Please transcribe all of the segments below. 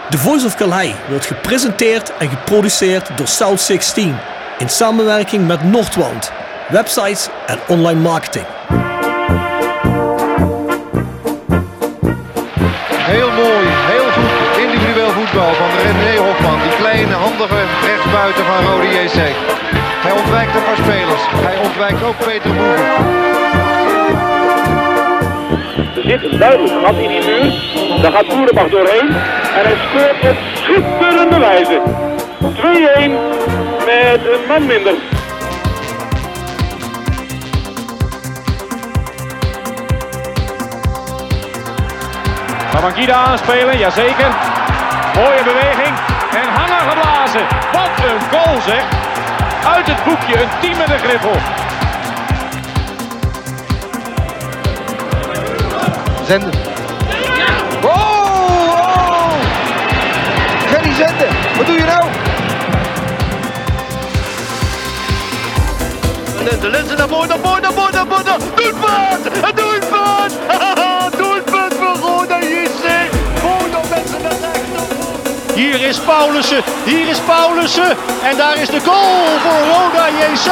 The Voice of Calais wordt gepresenteerd en geproduceerd door South 16 in samenwerking met Noordwand, websites en online marketing. Heel mooi, heel goed individueel voetbal van René Hofman, die kleine handige rechtsbuiten van Rode JC. Hij ontwijkt een paar spelers, hij ontwijkt ook Peter Boeven. Er zit een duidelijk gat in die muur. Daar gaat Boerenbach doorheen. En hij scoort op schitterende wijze. 2-1 met een man minder. Gaan Mangida aanspelen, jazeker. Mooie beweging. En hangen geblazen. Wat een goal zeg. Uit het boekje, een team met een griffel. Zenden. Oh! Gerry Zenden, wat doe je nou? De lenzen naar voren, naar voren, naar voren, naar voren. Doelpunt! Een doelpunt! Doelpunt voor Roda JC. Roda mensen naar rechts. Hier is Paulussen. En daar is de goal voor Roda JC.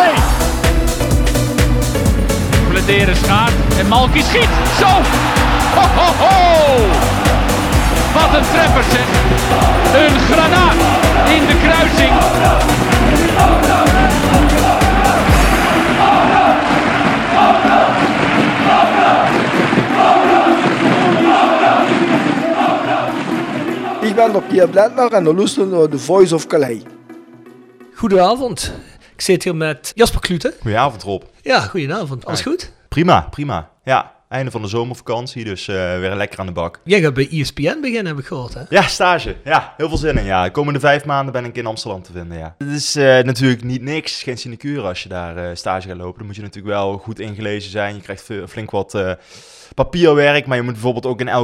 Bladeren schaart en Malky schiet. Zo! Ho, ho, ho! Wat een treffer zeg. Een granaat in de kruising. Ik ben Pierre Blendner en luisteren naar The Voice of Calais. Goedenavond. Ik zit hier met Jasper Klute. Goedenavond Rob. Ja, goedenavond. Alles goed? Prima. Ja, einde van de zomervakantie, dus weer lekker aan de bak. Jij gaat bij ESPN beginnen, heb ik gehoord, hè? Ja, stage. Ja, heel veel zin in. Ja, de komende 5 maanden ben ik in Amsterdam te vinden, ja. Het is natuurlijk niet niks, geen sinecure als je daar stage gaat lopen. Dan moet je natuurlijk wel goed ingelezen zijn. Je krijgt flink wat papierwerk, maar je moet bijvoorbeeld ook in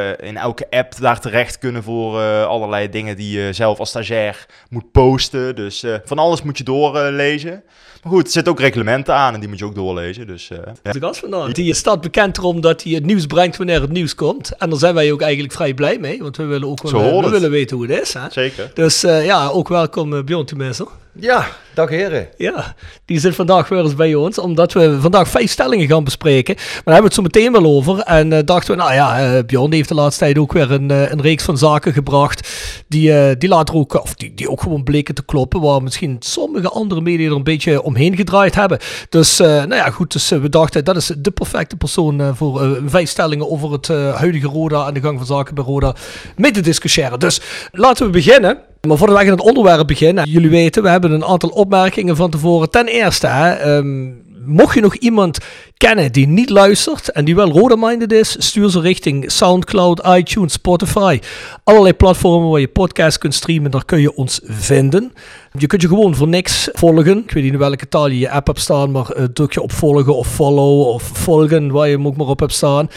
elke app daar terecht kunnen voor allerlei dingen die je zelf als stagiair moet posten. Dus van alles moet je doorlezen. Maar goed, er zitten ook reglementen aan en die moet je ook doorlezen. Dus, De gast vandaag. Die staat bekend erom dat hij het nieuws brengt wanneer het nieuws komt. En daar zijn wij ook eigenlijk vrij blij mee, want we willen ook wel we willen weten hoe het is. Hè? Zeker. Dus ook welkom Bjorn Toemesser. Ja, dag heren. Ja, die zit vandaag weer eens bij ons, omdat we vandaag 5 stellingen gaan bespreken. Maar daar hebben we het zo meteen wel over. En dachten we, Bjorn heeft de laatste tijd ook weer een reeks van zaken gebracht die later ook, of die ook gewoon bleken te kloppen, waar misschien sommige andere media er een beetje omheen gedraaid hebben. Dus dus we dachten, dat is de perfecte persoon voor 5 stellingen over het huidige Roda en de gang van zaken bij Roda mee te discussiëren. Dus laten we beginnen. Maar voordat we in het onderwerp beginnen, jullie weten, we hebben een aantal opmerkingen van tevoren. Ten eerste, mocht je nog iemand kennen die niet luistert en die wel Roda-minded is, stuur ze richting Soundcloud, iTunes, Spotify. Allerlei platformen waar je podcast kunt streamen, daar kun je ons vinden. Je kunt je gewoon voor niks volgen. Ik weet niet in welke taal je app hebt staan, maar druk je op volgen of follow of volgen, waar je hem ook maar op hebt staan.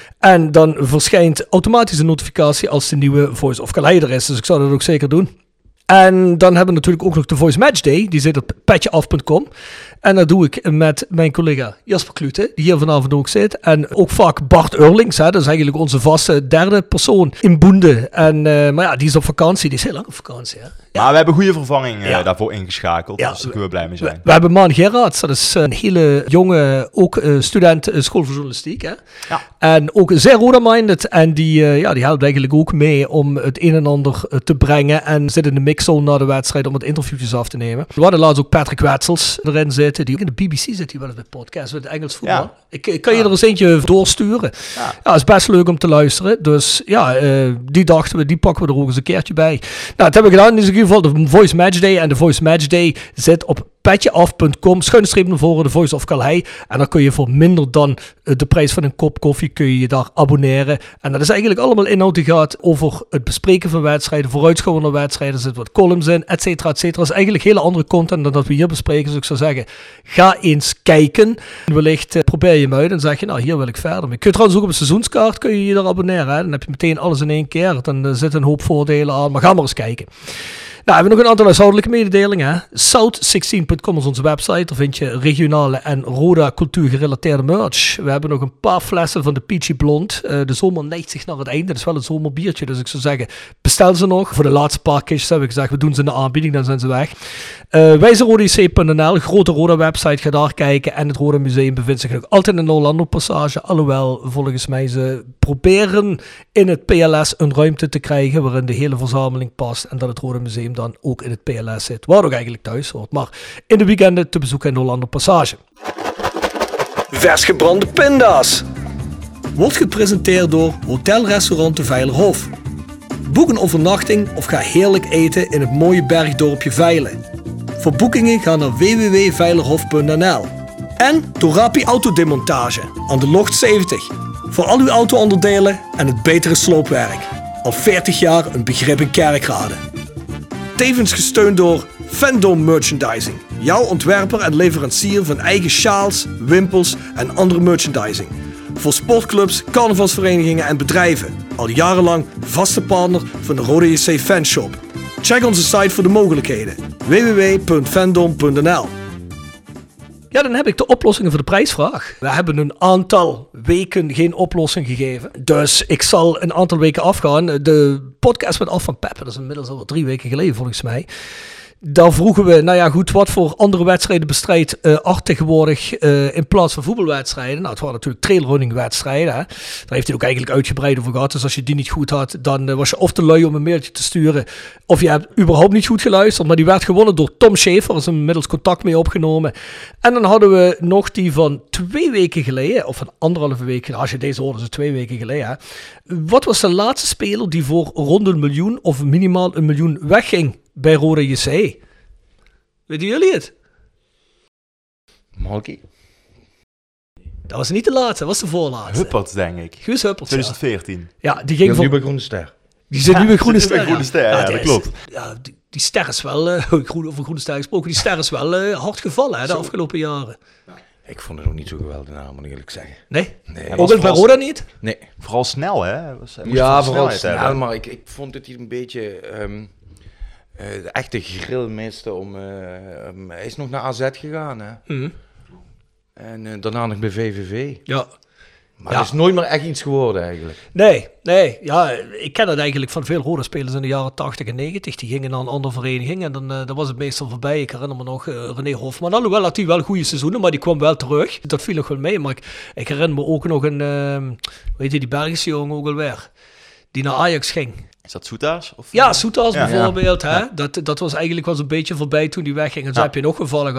En dan verschijnt automatisch een notificatie als de nieuwe Voice of Calais er is. Dus ik zou dat ook zeker doen. En dan hebben we natuurlijk ook nog de Voice Match Day. Die zit op petjeaf.com. En dat doe ik met mijn collega Jasper Klute, die hier vanavond ook zit. En ook vaak Bart Eurlings, hè, dat is eigenlijk onze vaste derde persoon in Boende. En, die is op vakantie, die is heel lang op vakantie. Hè? Ja. Maar we hebben goede vervanging daarvoor ingeschakeld, dus daar kunnen we blij mee zijn. We hebben Maan Gerards, dat is een hele jonge, ook student school voor journalistiek. Hè? Ja. En ook zeer Roda-minded. En die helpt eigenlijk ook mee om het een en ander te brengen. En zit in de mixzone na de wedstrijd om het interviewtjes af te nemen. We hadden laatst ook Patrick Wetzels erin zitten, die ook in de BBC zit, die wel eens bij podcasts met Engels voetbal. Ja. Ik kan je er eens eentje doorsturen. Ja, is best leuk om te luisteren. Dus die dachten we, die pakken we er ook eens een keertje bij. Nou, dat hebben we gedaan. Dus in ieder geval de Voice Match Day. En de Voice Match Day zit op petjeaf.com, /naar voren, de Voice of Calais. En dan kun je voor minder dan de prijs van een kop koffie kun je daar abonneren. En dat is eigenlijk allemaal inhoud die gaat over het bespreken van wedstrijden, vooruitschouwen naar wedstrijden. Er zitten wat columns in, et cetera, et cetera. Dat is eigenlijk hele andere content dan dat we hier bespreken. Dus ik zou zeggen, ga eens kijken. Wellicht probeer je hem uit en zeg je, nou, hier wil ik verder mee. Kun je trouwens ook op een seizoenskaart, kun je je daar abonneren. Hè? Dan heb je meteen alles in één keer. Dan zitten een hoop voordelen aan, maar ga maar eens kijken. we hebben nog een aantal huishoudelijke mededelingen. South16.com is onze website. Daar vind je regionale en Roda cultuur gerelateerde merch. We hebben nog een paar flessen van de Peachy Blond. De zomer neigt zich naar het einde. Dat is wel een zomerbiertje. Dus ik zou zeggen, bestel ze nog. Voor de laatste paar kistjes hebben we gezegd, we doen ze in de aanbieding, dan zijn ze weg. Wij zijn RodaJC.nl, grote Roda website. Ga daar kijken. En het Roda Museum bevindt zich nog altijd in de Orlando Passage. Alhoewel, volgens mij ze proberen in het PLS een ruimte te krijgen waarin de hele verzameling past. En dat het Roda Museum dan ook in het PLS zit. Waar ook eigenlijk thuis hoort. Maar in de weekenden te bezoeken in de Orlando Passage. Vers gebrande pinda's. Wordt gepresenteerd door Hotel Restaurant de Veilerhof. Boek een overnachting of ga heerlijk eten in het mooie bergdorpje Veilen. Voor boekingen ga naar www.veilerhof.nl. En Torapi Autodemontage aan de Locht 70. Voor al uw auto-onderdelen en het betere sloopwerk. Al 40 jaar een begrip in Kerkrade. Tevens gesteund door Fandom Merchandising. Jouw ontwerper en leverancier van eigen sjaals, wimpels en andere merchandising. Voor sportclubs, carnavalsverenigingen en bedrijven. Al jarenlang vaste partner van de RodaJC Fanshop. Check onze site voor de mogelijkheden. www.fandom.nl. Ja, dan heb ik de oplossingen voor de prijsvraag. We hebben een aantal weken geen oplossing gegeven. Dus ik zal een aantal weken afgaan. De podcast met Af van Peppe, dat is inmiddels al 3 weken geleden volgens mij. Daar vroegen we, wat voor andere wedstrijden bestrijdt Art tegenwoordig in plaats van voetbalwedstrijden? Nou, het waren natuurlijk trailrunning wedstrijden. Hè. Daar heeft hij ook eigenlijk uitgebreid over gehad. Dus als je die niet goed had, dan was je of te lui om een mailtje te sturen. Of je hebt überhaupt niet goed geluisterd. Maar die werd gewonnen door Tom Schaefer. Er is inmiddels contact mee opgenomen. En dan hadden we nog die van 2 weken geleden. Of van 1,5 week. Als je deze hoort, is het 2 weken geleden. Hè. Wat was de laatste speler die voor rond 1 miljoen of minimaal 1 miljoen wegging bij RodaJC? Weten jullie het? Malky. Dat was niet de laatste, dat was de voorlaatste. Hupperts, denk ik. Guus Hupperts, 2014. Ja, die ging nu bij Groene Ster. Die zit nu bij Groene Ster. Groene Ster, ja, dat klopt. Ja, die ster is wel, over Groene Ster gesproken, die ster is wel hard gevallen hè, de afgelopen jaren. Ik vond het ook niet zo geweldig, moet ik eerlijk zeggen. Nee? Nee. Ook bij Roda niet? Nee. Vooral snel, hè? Ja, vooral snel, maar ik vond het hier een beetje... de echte grill miste hij is nog naar AZ gegaan, hè. Mm-hmm. En daarna nog bij VVV. Ja. Maar het is nooit meer echt iets geworden eigenlijk. Nee. Ja, ik ken het eigenlijk van veel Roda-spelers in de jaren 80 en 90. Die gingen naar een andere vereniging en dan was het meestal voorbij. Ik herinner me nog René Hofman. Alhoewel had hij wel goede seizoenen, maar die kwam wel terug. Dat viel nog wel mee. Maar ik herinner me ook nog een, die Belgische jongen ook alweer. Die naar Ajax ging. Is dat Soetaars? Ja, Soetaars bijvoorbeeld. Ja. Hè? Dat was eigenlijk wel zo'n beetje voorbij toen die wegging. En zo heb je nog gevallen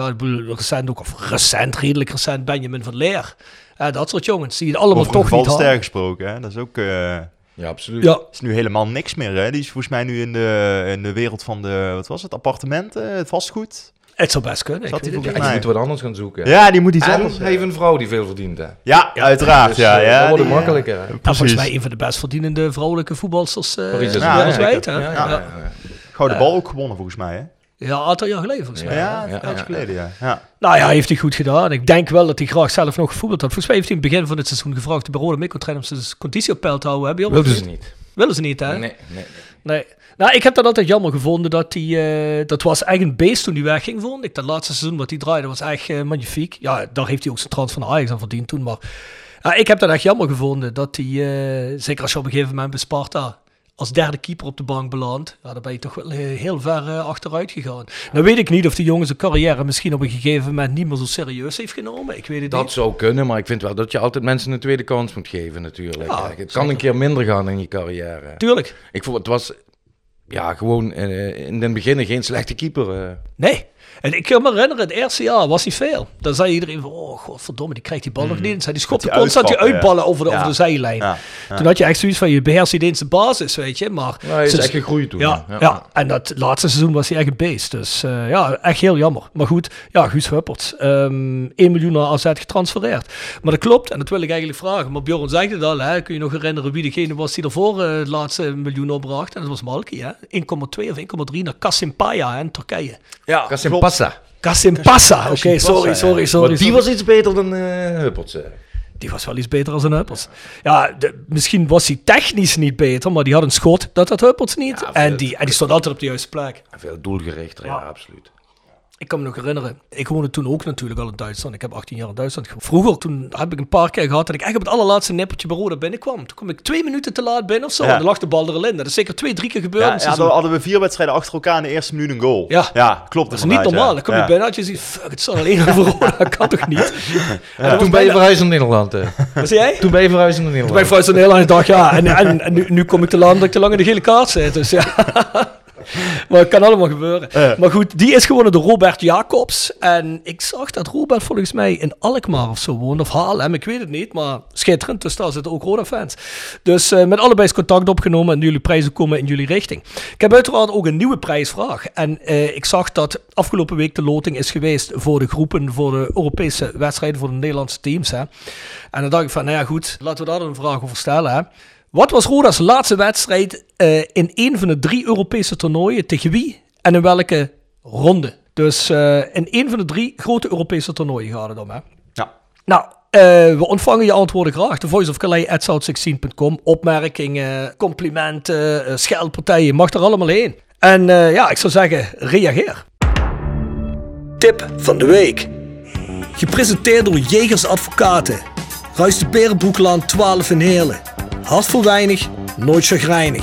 gehad. Redelijk recent, Benjamin van Leer. Dat soort jongens die het allemaal over toch niet hadden. ster gesproken, hè? Dat is ook... ja, absoluut. Ja. Is nu helemaal niks meer, hè? Die is volgens mij nu in de wereld van de... Wat was het? Appartementen? Het vastgoed? Het zou best kunnen. Die moet wat anders gaan zoeken. Ja, die moet iets anders. En hij heeft een vrouw die veel verdient, hè? Ja, uiteraard. Dus, dat wordt het makkelijker. Volgens mij een van de best verdienende vrouwelijke voetbalsters wereldwijd. Gouden bal ook gewonnen, volgens mij, hè? Ja, een aantal jaar geleden volgens mij. Ja, een jaar geleden, ja. Nou ja, heeft hij goed gedaan. Ik denk wel dat hij graag zelf nog gevoetbald had. Volgens mij heeft hij in het begin van het seizoen gevraagd bij Roda Mikkeltrein om zijn conditie op peil te houden. Wilden ze niet. Willen ze niet, hè? Nee. Nou, ik heb dat altijd jammer gevonden dat hij... dat was echt een beest toen hij wegging, vond ik. Dat laatste seizoen wat hij draaide was echt magnifiek. Ja, daar heeft hij ook zijn transfer naar Ajax aan verdiend toen. Maar ik heb dat echt jammer gevonden dat hij... zeker als je op een gegeven moment bij Sparta als derde keeper op de bank belandt, dan ben je toch wel heel ver achteruit gegaan. Nou weet ik niet of die jongen zijn carrière misschien op een gegeven moment niet meer zo serieus heeft genomen. Ik weet het niet. Dat zou kunnen, maar ik vind wel dat je altijd mensen een tweede kans moet geven natuurlijk. Ja, het kan een keer minder gaan in je carrière. Tuurlijk. Ik vond het was gewoon in het begin geen slechte keeper. Nee. En ik kan me herinneren, het eerste jaar was niet veel. Dan zei iedereen van, godverdomme, die krijgt die bal nog niet. Die schopte constant die uitballen over de zijlijn. Ja. Toen had je echt zoiets van, je beheerst niet eens de basis, weet je. Maar hij is echt gegroeid toen. Ja, en dat laatste seizoen was hij echt een beest. Dus echt heel jammer. Maar goed, Guus Hupperts. 1 miljoen naar AZ getransfereerd. Maar dat klopt, en dat wil ik eigenlijk vragen. Maar Bjorn zei het al, hè. Kun je nog herinneren wie degene was die ervoor het laatste 1 miljoen opbracht? En dat was Malky, hè. 1,2 of 1,3 naar Kasimpaya in Turkije. Ja, Kasimpasa. Oké, sorry. Maar die was iets beter dan Hupperts. Die was wel iets beter als een Hupperts. Ja, misschien was hij technisch niet beter, maar die had een schot dat Hupperts niet. Ja, en die stond altijd op de juiste plek. Veel doelgerichter, ja, absoluut. Ik kan me nog herinneren, ik woonde toen ook natuurlijk al in Duitsland. Ik heb 18 jaar in Duitsland gewoond. Vroeger, toen heb ik een paar keer gehad dat ik echt op het allerlaatste nippertje bij Roda binnenkwam. Toen kwam ik 2 minuten te laat binnen of zo. En dan lag de bal erin. Dat is zeker 2-3 keer gebeurd. Ja, dan hadden we 4 wedstrijden achter elkaar in de eerste minuut een goal. Ja, klopt. Dat is niet normaal. Dan kom je binnen en je ziet, fuck, het staat alleen over Roda. Dat kan toch niet? Toen ben je verhuisd naar Nederland. Wat zei jij? Toen ben je verhuisd naar Nederland. Toen ben ik verhuisd naar Nederland en ik dacht, ja. En nu kom ik te laat omdat ik te lang in de gele kaart zit. Dus ja... Maar het kan allemaal gebeuren. Maar goed, die is gewonnen door Robert Jacobs. En ik zag dat Robert volgens mij in Alkmaar of zo woont. Of Haarlem, ik weet het niet. Maar schitterend, dus daar zitten ook Roda-fans. Dus met allebei is contact opgenomen en jullie prijzen komen in jullie richting. Ik heb uiteraard ook een nieuwe prijsvraag. En ik zag dat afgelopen week de loting is geweest voor de groepen, voor de Europese wedstrijden, voor de Nederlandse teams. Hè. En dan dacht ik van, nou ja goed, laten we daar dan een vraag over stellen. Hè. Wat was Roda's laatste wedstrijd in een van de 3 Europese toernooien? Tegen wie en in welke ronde? Dus in een van de 3 grote Europese toernooien gaat het om. Hè? Ja. Nou, we ontvangen je antwoorden graag. The Voice of Calais@south16.com. Opmerkingen, complimenten, scheldpartijen. Mag er allemaal heen. En ik zou zeggen, reageer. Tip van de week. Gepresenteerd door Jegers Advocaten. Ruist de Berenbroeklaan 12 in Heerlen. Hart voor weinig, nooit chagrijnig.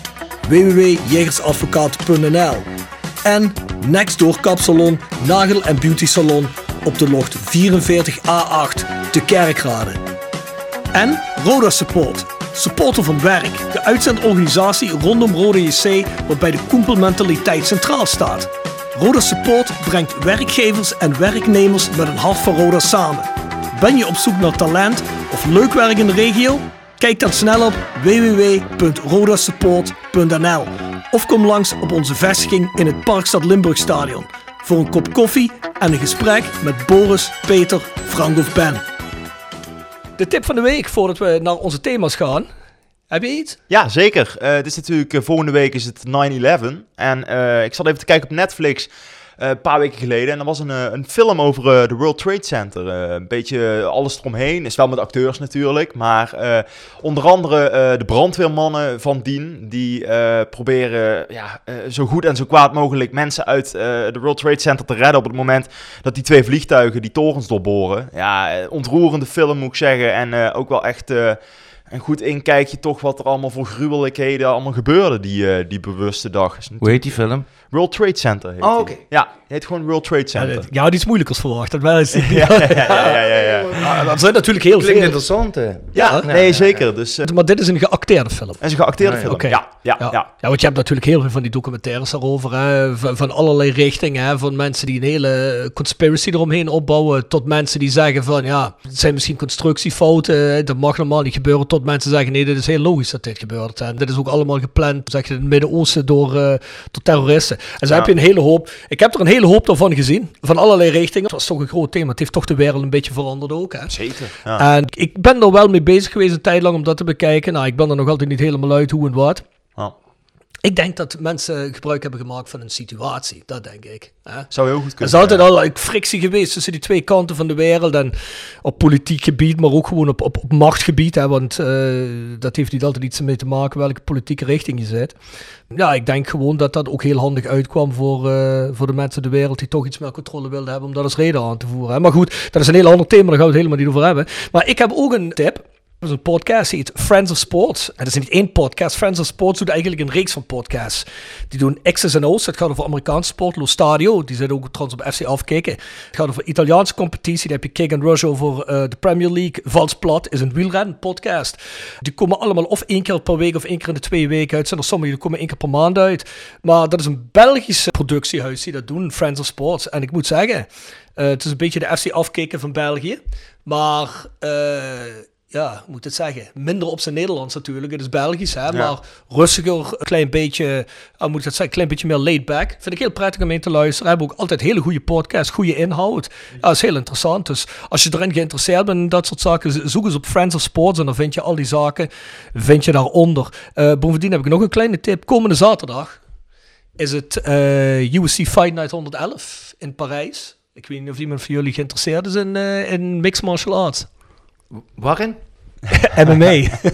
www.jegersadvocaten.nl. En Nextdoor Kapsalon, Nagel en Beauty Salon op de locht 44A8 te Kerkrade. En Roda Support, supporter van werk, de uitzendorganisatie rondom Roda JC waarbij de koempelmentaliteit centraal staat. Roda Support brengt werkgevers en werknemers met een hart voor Roda samen. Ben je op zoek naar talent of leuk werk in de regio? Kijk dan snel op www.rodasupport.nl of kom langs op onze vestiging in het Parkstad Limburgstadion voor een kop koffie en een gesprek met Boris, Peter, Frank of Ben. De tip van de week voordat we naar onze thema's gaan. Heb je iets? Ja, zeker. Het is natuurlijk, volgende week is het 9/11 en ik zat even te kijken op Netflix. Een paar weken geleden. En er was een film over de World Trade Center. Een beetje alles eromheen. Is wel met acteurs natuurlijk. Maar onder andere de brandweermannen van dien. Die proberen zo goed en zo kwaad mogelijk mensen uit de World Trade Center te redden. Op het moment dat die 2 vliegtuigen die torens doorboren. Ja, ontroerende film moet ik zeggen. En ook wel echt... een goed inkijkje toch wat er allemaal voor gruwelijkheden allemaal gebeurde die bewuste dag. Hoe heet die film? World Trade Center heet oké. Ja, heet gewoon World Trade Center. Ja, iets moeilijkers verwacht. Dat wel is ja. Dat zijn natuurlijk heel Klinkt veel. Interessant, hè? Ja, nee, zeker. Dus, maar dit is een geacteerde film. Het is een geacteerde film, okay. Ja, want je hebt natuurlijk heel veel van die documentaires daarover. Hè, van allerlei richtingen. Hè, van mensen die een hele conspiracy eromheen opbouwen. Tot mensen die zeggen van, ja, het zijn misschien constructiefouten. Dat mag normaal niet gebeuren. Tot mensen zeggen, nee, dit is heel logisch dat dit gebeurt. En dit is ook allemaal gepland, zeg je, in het Midden-Oosten door terroristen. En zo heb je een hele hoop. Ik heb er een hele hoop daarvan gezien. Van allerlei richtingen. Het was toch een groot thema. Het heeft toch de wereld een beetje veranderd ook. Hè? Zeker. Ja. En ik ben er wel mee bezig geweest een tijd lang om dat te bekijken. Nou, ik ben er nog altijd niet helemaal uit hoe en wat. Ja. Ik denk dat mensen gebruik hebben gemaakt van een situatie. Dat denk ik. Hè? Zou heel goed kunnen. Er is altijd al frictie geweest tussen die 2 kanten van de wereld. En op politiek gebied, maar ook gewoon op machtsgebied. Hè? Want dat heeft niet altijd iets mee te maken welke politieke richting je zit. Ja, ik denk gewoon dat dat ook heel handig uitkwam voor de mensen in de wereld die toch iets meer controle wilden hebben om dat als reden aan te voeren. Hè? Maar goed, dat is een heel ander thema, daar gaan we het helemaal niet over hebben. Maar ik heb ook een tip. Dat is een podcast, die heet Friends of Sports. En dat is niet 1 podcast. Friends of Sports doet eigenlijk een reeks van podcasts. Die doen X's en O's. Het gaat over Amerikaanse sport. Lo Stadio, die zit ook trouwens op FC Afkikken. Het gaat over Italiaanse competitie. Dan heb je Kick and Rush over de Premier League. Vals Plat is een wielrennen podcast. Die komen allemaal of 1 keer per week of 1 keer in de 2 weken uit. Zijn er sommige die komen 1 keer per maand uit. Maar dat is een Belgische productiehuis die dat doen, Friends of Sports. En ik moet zeggen, het is een beetje de FC Afkikken van België. Maar... ja, hoe moet ik het zeggen? Minder op zijn Nederlands natuurlijk. Het is Belgisch, hè? Maar rustiger, een klein beetje, moet ik het zeggen, een klein beetje meer laid back. Vind ik heel prettig om mee te luisteren. Hebben ook altijd hele goede podcasts, goede inhoud. Ja, dat is heel interessant. Dus als je erin geïnteresseerd bent in dat soort zaken, zoek eens op Friends of Sports en dan vind je al die zaken, vind je daaronder. Bovendien heb ik nog een kleine tip. Komende zaterdag is het UFC Fight Night 111 in Parijs. Ik weet niet of iemand van jullie geïnteresseerd is in mixed martial arts. Waarin? MMA.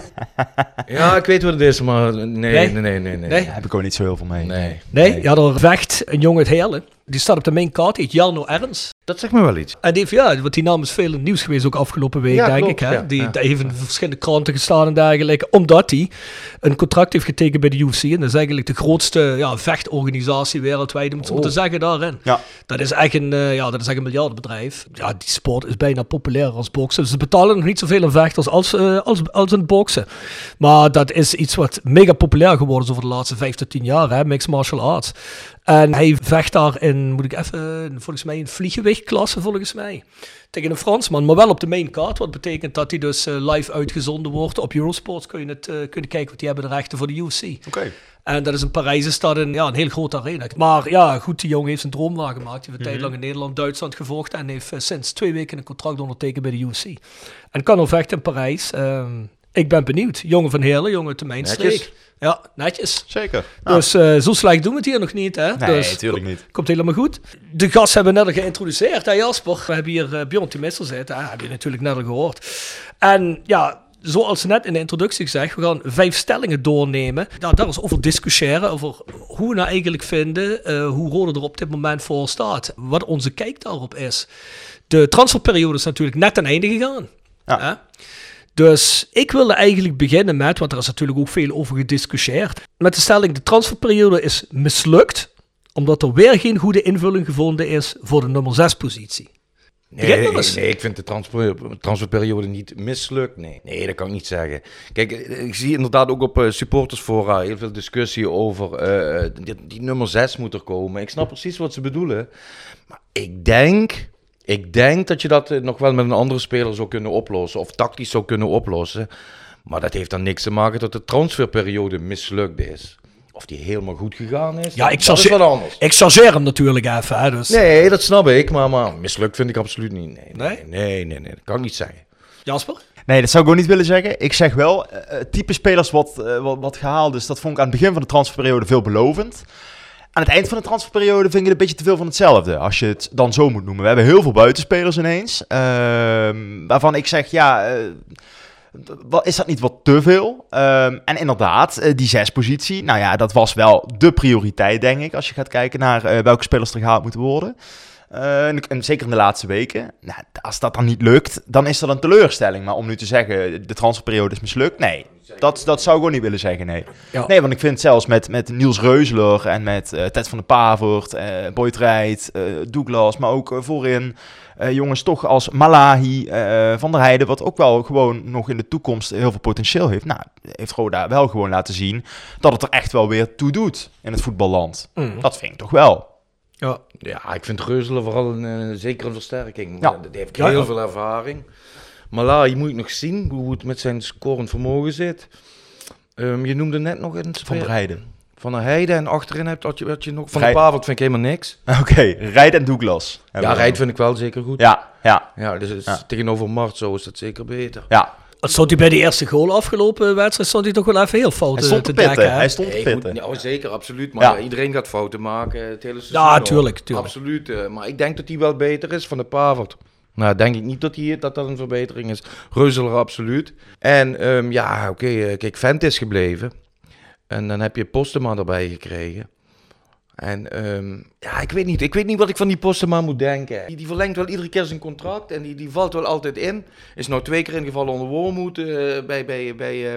Ja, ik weet wat het is, maar nee. Daar heb ik ook niet zo heel veel mee. Nee, ja, er vecht een jongen uit Heerlen. Die staat op de main card, die heet Jarno Ernst. Dat zegt me wel iets. En die heeft, want die naam is veel in het nieuws geweest, ook afgelopen week, denk ik. Hè? Die heeft in verschillende kranten gestaan en dergelijke, omdat hij een contract heeft getekend bij de UFC. En dat is eigenlijk de grootste vechtorganisatie wereldwijd, om het zo te zeggen, daarin. Ja. Dat is echt een miljardenbedrijf. Ja, die sport is bijna populairder als boksen. Dus ze betalen nog niet zoveel aan vechters als in boksen. Maar dat is iets wat mega populair geworden is over de laatste 5 tot 10 jaar, hè? Mixed martial arts. En hij vecht daar in, volgens mij in vliegewichtklasse, volgens mij. Tegen een Fransman, maar wel op de main card. Wat betekent dat hij dus live uitgezonden wordt. Op Eurosport kun je kijken, want die hebben de rechten voor de UFC. Okay. En dat is in Parijs, is dat een heel grote arena. Maar ja, goed, die jongen heeft zijn droom waargemaakt. Die heeft een tijd lang in Nederland, Duitsland gevochten. En heeft sinds 2 weken een contract ondertekend bij de UFC. En kan al vechten in Parijs. Ik ben benieuwd. Jongen van Heerlen, jongen uit de mijnstreek. Ja, netjes. Zeker. Dus zo slecht doen we het hier nog niet, hè? Nee, dus, natuurlijk niet. Komt helemaal goed. De gasten hebben we net al geïntroduceerd, hè Jasper? We hebben hier Bjorn Timissel zitten, hè? Heb je natuurlijk net al gehoord. En ja, zoals net in de introductie gezegd, we gaan 5 stellingen doornemen. Nou, daar is over discussiëren, over hoe we nou eigenlijk vinden, hoe Roda er op dit moment voor staat. Wat onze kijk daarop is. De transferperiode is natuurlijk net ten einde gegaan. Ja. Hè? Dus ik wilde eigenlijk beginnen met, want er is natuurlijk ook veel over gediscussieerd, met de stelling: de transferperiode is mislukt, omdat er weer geen goede invulling gevonden is voor de nummer 6 positie. Nee, ik vind de transferperiode niet mislukt. Nee, dat kan ik niet zeggen. Kijk, ik zie inderdaad ook op supportersfora heel veel discussie over die nummer 6 moet er komen. Ik snap precies wat ze bedoelen. Maar ik denk dat je dat nog wel met een andere speler zou kunnen oplossen. Of tactisch zou kunnen oplossen. Maar dat heeft dan niks te maken dat de transferperiode mislukt is. Of die helemaal goed gegaan is. Ja, dat is wat anders. Ik chargeer hem natuurlijk even. Hè, dus. Nee, dat snap ik. Maar mislukt vind ik absoluut niet. Nee, dat kan ik niet zeggen. Jasper? Nee, dat zou ik ook niet willen zeggen. Ik zeg wel, type spelers wat gehaald is, dat vond ik aan het begin van de transferperiode veelbelovend. Aan het eind van de transferperiode vind ik het een beetje te veel van hetzelfde, als je het dan zo moet noemen. We hebben heel veel buitenspelers ineens, waarvan ik zeg, is dat niet wat te veel? En inderdaad, die 6-positie, nou ja, dat was wel de prioriteit, denk ik, als je gaat kijken naar welke spelers er gehaald moeten worden. En zeker in de laatste weken. Nou, als dat dan niet lukt, dan is dat een teleurstelling. Maar om nu te zeggen, de transferperiode is mislukt, nee. Dat zou ik ook niet willen zeggen, nee. Ja. Nee, want ik vind zelfs met Niels Reuzeler en met Ted van der Pavert, Boyd Rijt, Douglas, maar ook voorin jongens toch als Malahi, Van der Heijden, wat ook wel gewoon nog in de toekomst heel veel potentieel heeft. Nou, heeft Roda wel gewoon laten zien dat het er echt wel weer toe doet in het voetballand. Dat vind ik toch wel. Ja, ik vind Reuzeler vooral zeker een versterking. Ja. Die heeft heel veel ervaring. Malahi moet ik nog zien hoe het met zijn scorend vermogen zit. Je noemde net nog een Van der Heijden. Van der Heijden en achterin had je nog... Van der Pavert vind ik helemaal niks. Oké, Rijt en Douglas. Ja, Rijt vind ik wel zeker goed. Ja, dus tegenover Mart zo is dat zeker beter. Ja. Stond hij bij die eerste goal afgelopen wedstrijd, stond hij toch wel even heel fout te dekken. Hij stond te pitten. Ja, zeker, absoluut. Maar iedereen gaat fouten maken het hele seizoen. Ja, tuurlijk. Absoluut. Maar ik denk dat hij wel beter is van de Pavert. Nou, denk ik niet dat dat een verbetering is. Reuzeler absoluut. En kijk, Vent is gebleven. En dan heb je Postema erbij gekregen. En ik weet niet wat ik van die Postema moet denken. Die verlengt wel iedere keer zijn contract en die valt wel altijd in. Is nou 2 keer ingevallen onder Wormoed bij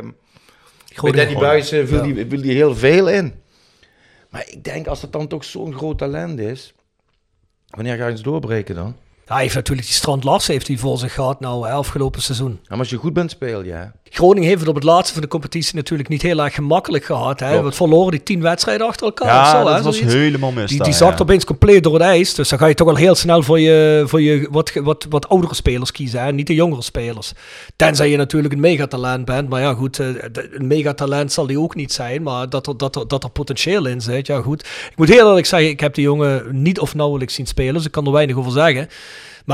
Danny Buijs viel die heel veel in. Maar ik denk, als het dan toch zo'n groot talent is, wanneer ga je eens doorbreken dan? Ja, hij heeft natuurlijk die Strand Larsen heeft hij voor zich gehad afgelopen seizoen. Ja, maar als je goed bent, speel je. Hè? Groningen heeft het op het laatste van de competitie natuurlijk niet heel erg gemakkelijk gehad. Hè? We verloren die 10 wedstrijden achter elkaar. Ja, of zo, dat was helemaal mis. Die zakt opeens compleet door het ijs. Dus dan ga je toch wel heel snel voor je wat oudere spelers kiezen. Hè? Niet de jongere spelers. Tenzij je natuurlijk een megatalent bent. Maar ja goed, een megatalent zal die ook niet zijn. Maar dat er potentieel in zit. Ja goed. Ik moet heel eerlijk zeggen, ik heb die jongen niet of nauwelijks zien spelen. Dus ik kan er weinig over zeggen. Maar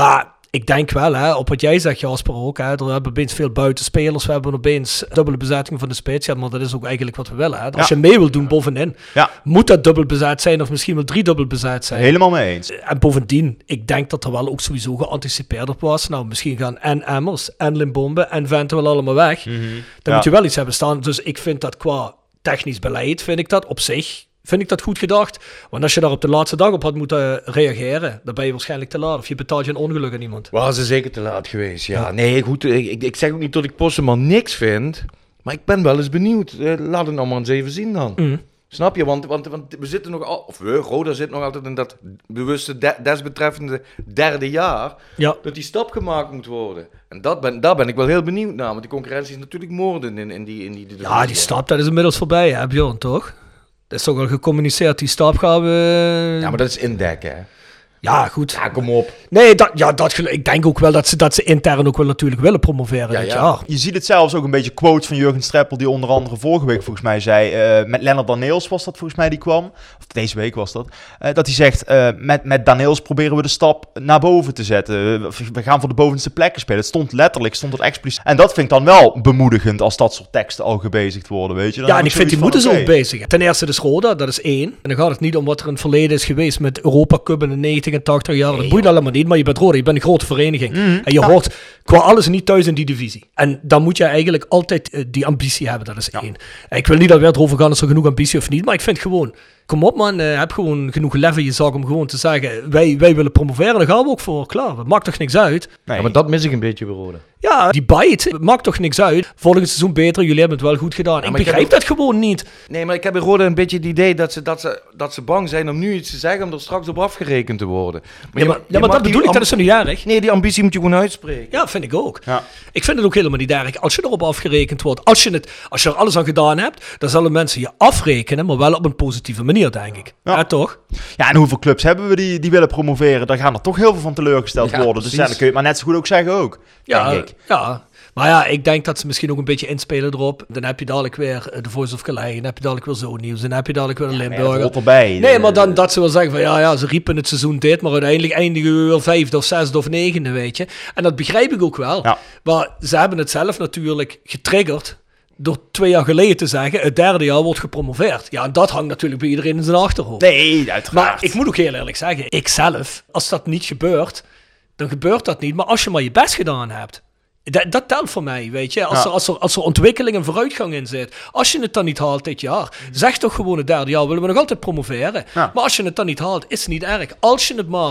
ik denk wel, hè, op wat jij zegt, Jasper ook. Hè, er hebben opeens veel buitenspelers. We hebben opeens dubbele bezetting van de spits. Ja, maar dat is ook eigenlijk wat we willen. Hè. Als je mee wil doen bovenin, moet dat dubbel bezet zijn of misschien wel 3 dubbel bezet zijn. Helemaal mee eens. En bovendien, ik denk dat er wel ook sowieso geanticipeerd op was. Nou, misschien gaan en Emmers en Limbombe en Vente wel allemaal weg. Dan moet je wel iets hebben staan. Dus ik vind dat qua technisch beleid, vind ik dat op zich... Vind ik dat goed gedacht? Want als je daar op de laatste dag op had moeten reageren, dan ben je waarschijnlijk te laat. Of je betaalt je een ongeluk aan iemand. Was ze zeker te laat geweest, ja. Nee, goed, ik zeg ook niet dat ik Postema niks vind. Maar ik ben wel eens benieuwd. Laat het nou maar eens even zien dan. Snap je? Want we zitten nog al... Of Roda zit nog altijd in dat bewuste desbetreffende derde jaar. Ja. Dat die stap gemaakt moet worden. En daar ben ik wel heel benieuwd naar. Want die concurrentie is natuurlijk moordend in die ja, die stap, dat is inmiddels voorbij, hè, Bjorn, toch? Dat is toch al gecommuniceerd, die stap gaan we... Ja, maar dat is indekken, hè? Ja, goed. Ja, kom op. Nee, ik denk ook wel dat ze intern ook wel natuurlijk willen promoveren dit jaar. Je ziet het zelfs ook een beetje quotes van Jurgen Streppel, die onder andere vorige week volgens mij zei, met Lennart Daneels was dat volgens mij die kwam, of deze week was dat, dat hij zegt, met Daneels proberen we de stap naar boven te zetten. We gaan voor de bovenste plekken spelen. Het stond het expliciet. En dat vind ik dan wel bemoedigend als dat soort teksten al gebezigd worden, weet je. Dan en ik vind die moeten ze ook bezig. Ten eerste de Roda, dat is 1. En dan gaat het niet om wat er in het verleden is geweest met Europa Cup in de 90 en 80 jaar. Dat boeit allemaal niet, maar je bent Roda, je bent een grote vereniging. En je hoort qua alles niet thuis in die divisie. En dan moet je eigenlijk altijd die ambitie hebben, dat is 1. Ik wil niet dat we erover gaan, is er genoeg ambitie of niet, maar ik vind gewoon... Kom op man, heb gewoon genoeg lef in je zak om gewoon te zeggen, wij willen promoveren, daar gaan we ook voor, klaar. Het maakt toch niks uit? Nee. Ja, maar dat mis ik een beetje bij Roda. Ja, die bite, het maakt toch niks uit. Volgend seizoen beter, jullie hebben het wel goed gedaan. Ja, ik begrijp dat gewoon niet. Nee, maar ik heb bij Roda een beetje het idee dat ze bang zijn om nu iets te zeggen, om er straks op afgerekend te worden. Maar dat bedoel ik, dat is zo niet erg. Nee, die ambitie moet je gewoon uitspreken. Ja, vind ik ook. Ja. Ik vind het ook helemaal niet erg. Als je erop afgerekend wordt, als je er alles aan gedaan hebt, dan zullen mensen je afrekenen, maar wel op een positieve manier, denk ik. Ja, toch? Ja, en hoeveel clubs hebben we die willen promoveren? Daar gaan er toch heel veel van teleurgesteld worden. Precies. Dus dan kun je het maar net zo goed ook zeggen ook, denk ik. Ja. Maar ja, ik denk dat ze misschien ook een beetje inspelen erop. Dan heb je dadelijk weer de Voice of Calais. Dan heb je dadelijk weer Zo Nieuws. Dan heb je dadelijk weer de Limburger. Erbij. Nee, maar dan dat ze wel zeggen van ja, ze riepen het seizoen dit. Maar uiteindelijk eindigen we weer 5e of 6e of 9e, weet je. En dat begrijp ik ook wel. Ja. Maar ze hebben het zelf natuurlijk getriggerd door 2 jaar geleden te zeggen, het 3e jaar wordt gepromoveerd. Ja, en dat hangt natuurlijk bij iedereen in zijn achterhoofd. Nee, uiteraard. Maar ik moet ook heel eerlijk zeggen, ik zelf, als dat niet gebeurt, dan gebeurt dat niet. Maar als je maar je best gedaan hebt, dat telt voor mij, weet je. Als er ontwikkeling en vooruitgang in zit. Als je het dan niet haalt dit jaar, zeg toch gewoon het 3e jaar, willen we nog altijd promoveren. Ja. Maar als je het dan niet haalt, is het niet erg. Als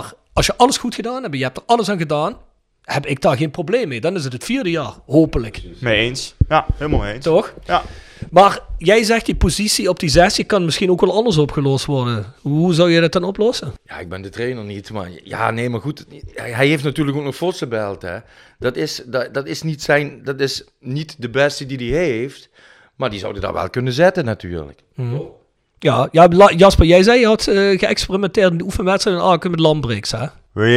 je alles goed gedaan hebt, je hebt er alles aan gedaan, heb ik daar geen probleem mee. Dan is het 4e jaar, hopelijk. Mee eens. Ja, helemaal mee eens. Toch? Ja. Maar jij zegt die positie op die 6 kan misschien ook wel anders opgelost worden. Hoe zou je dat dan oplossen? Ja, ik ben de trainer niet, maar ja, nee, maar goed. Hij heeft natuurlijk ook nog Vossenbelt, hè. Dat is niet de beste die hij heeft, maar die zouden daar wel kunnen zetten natuurlijk. Ja, Jasper, jij zei je had geëxperimenteerd in de oefenwedstrijd in Aken met Lambrechts, hè?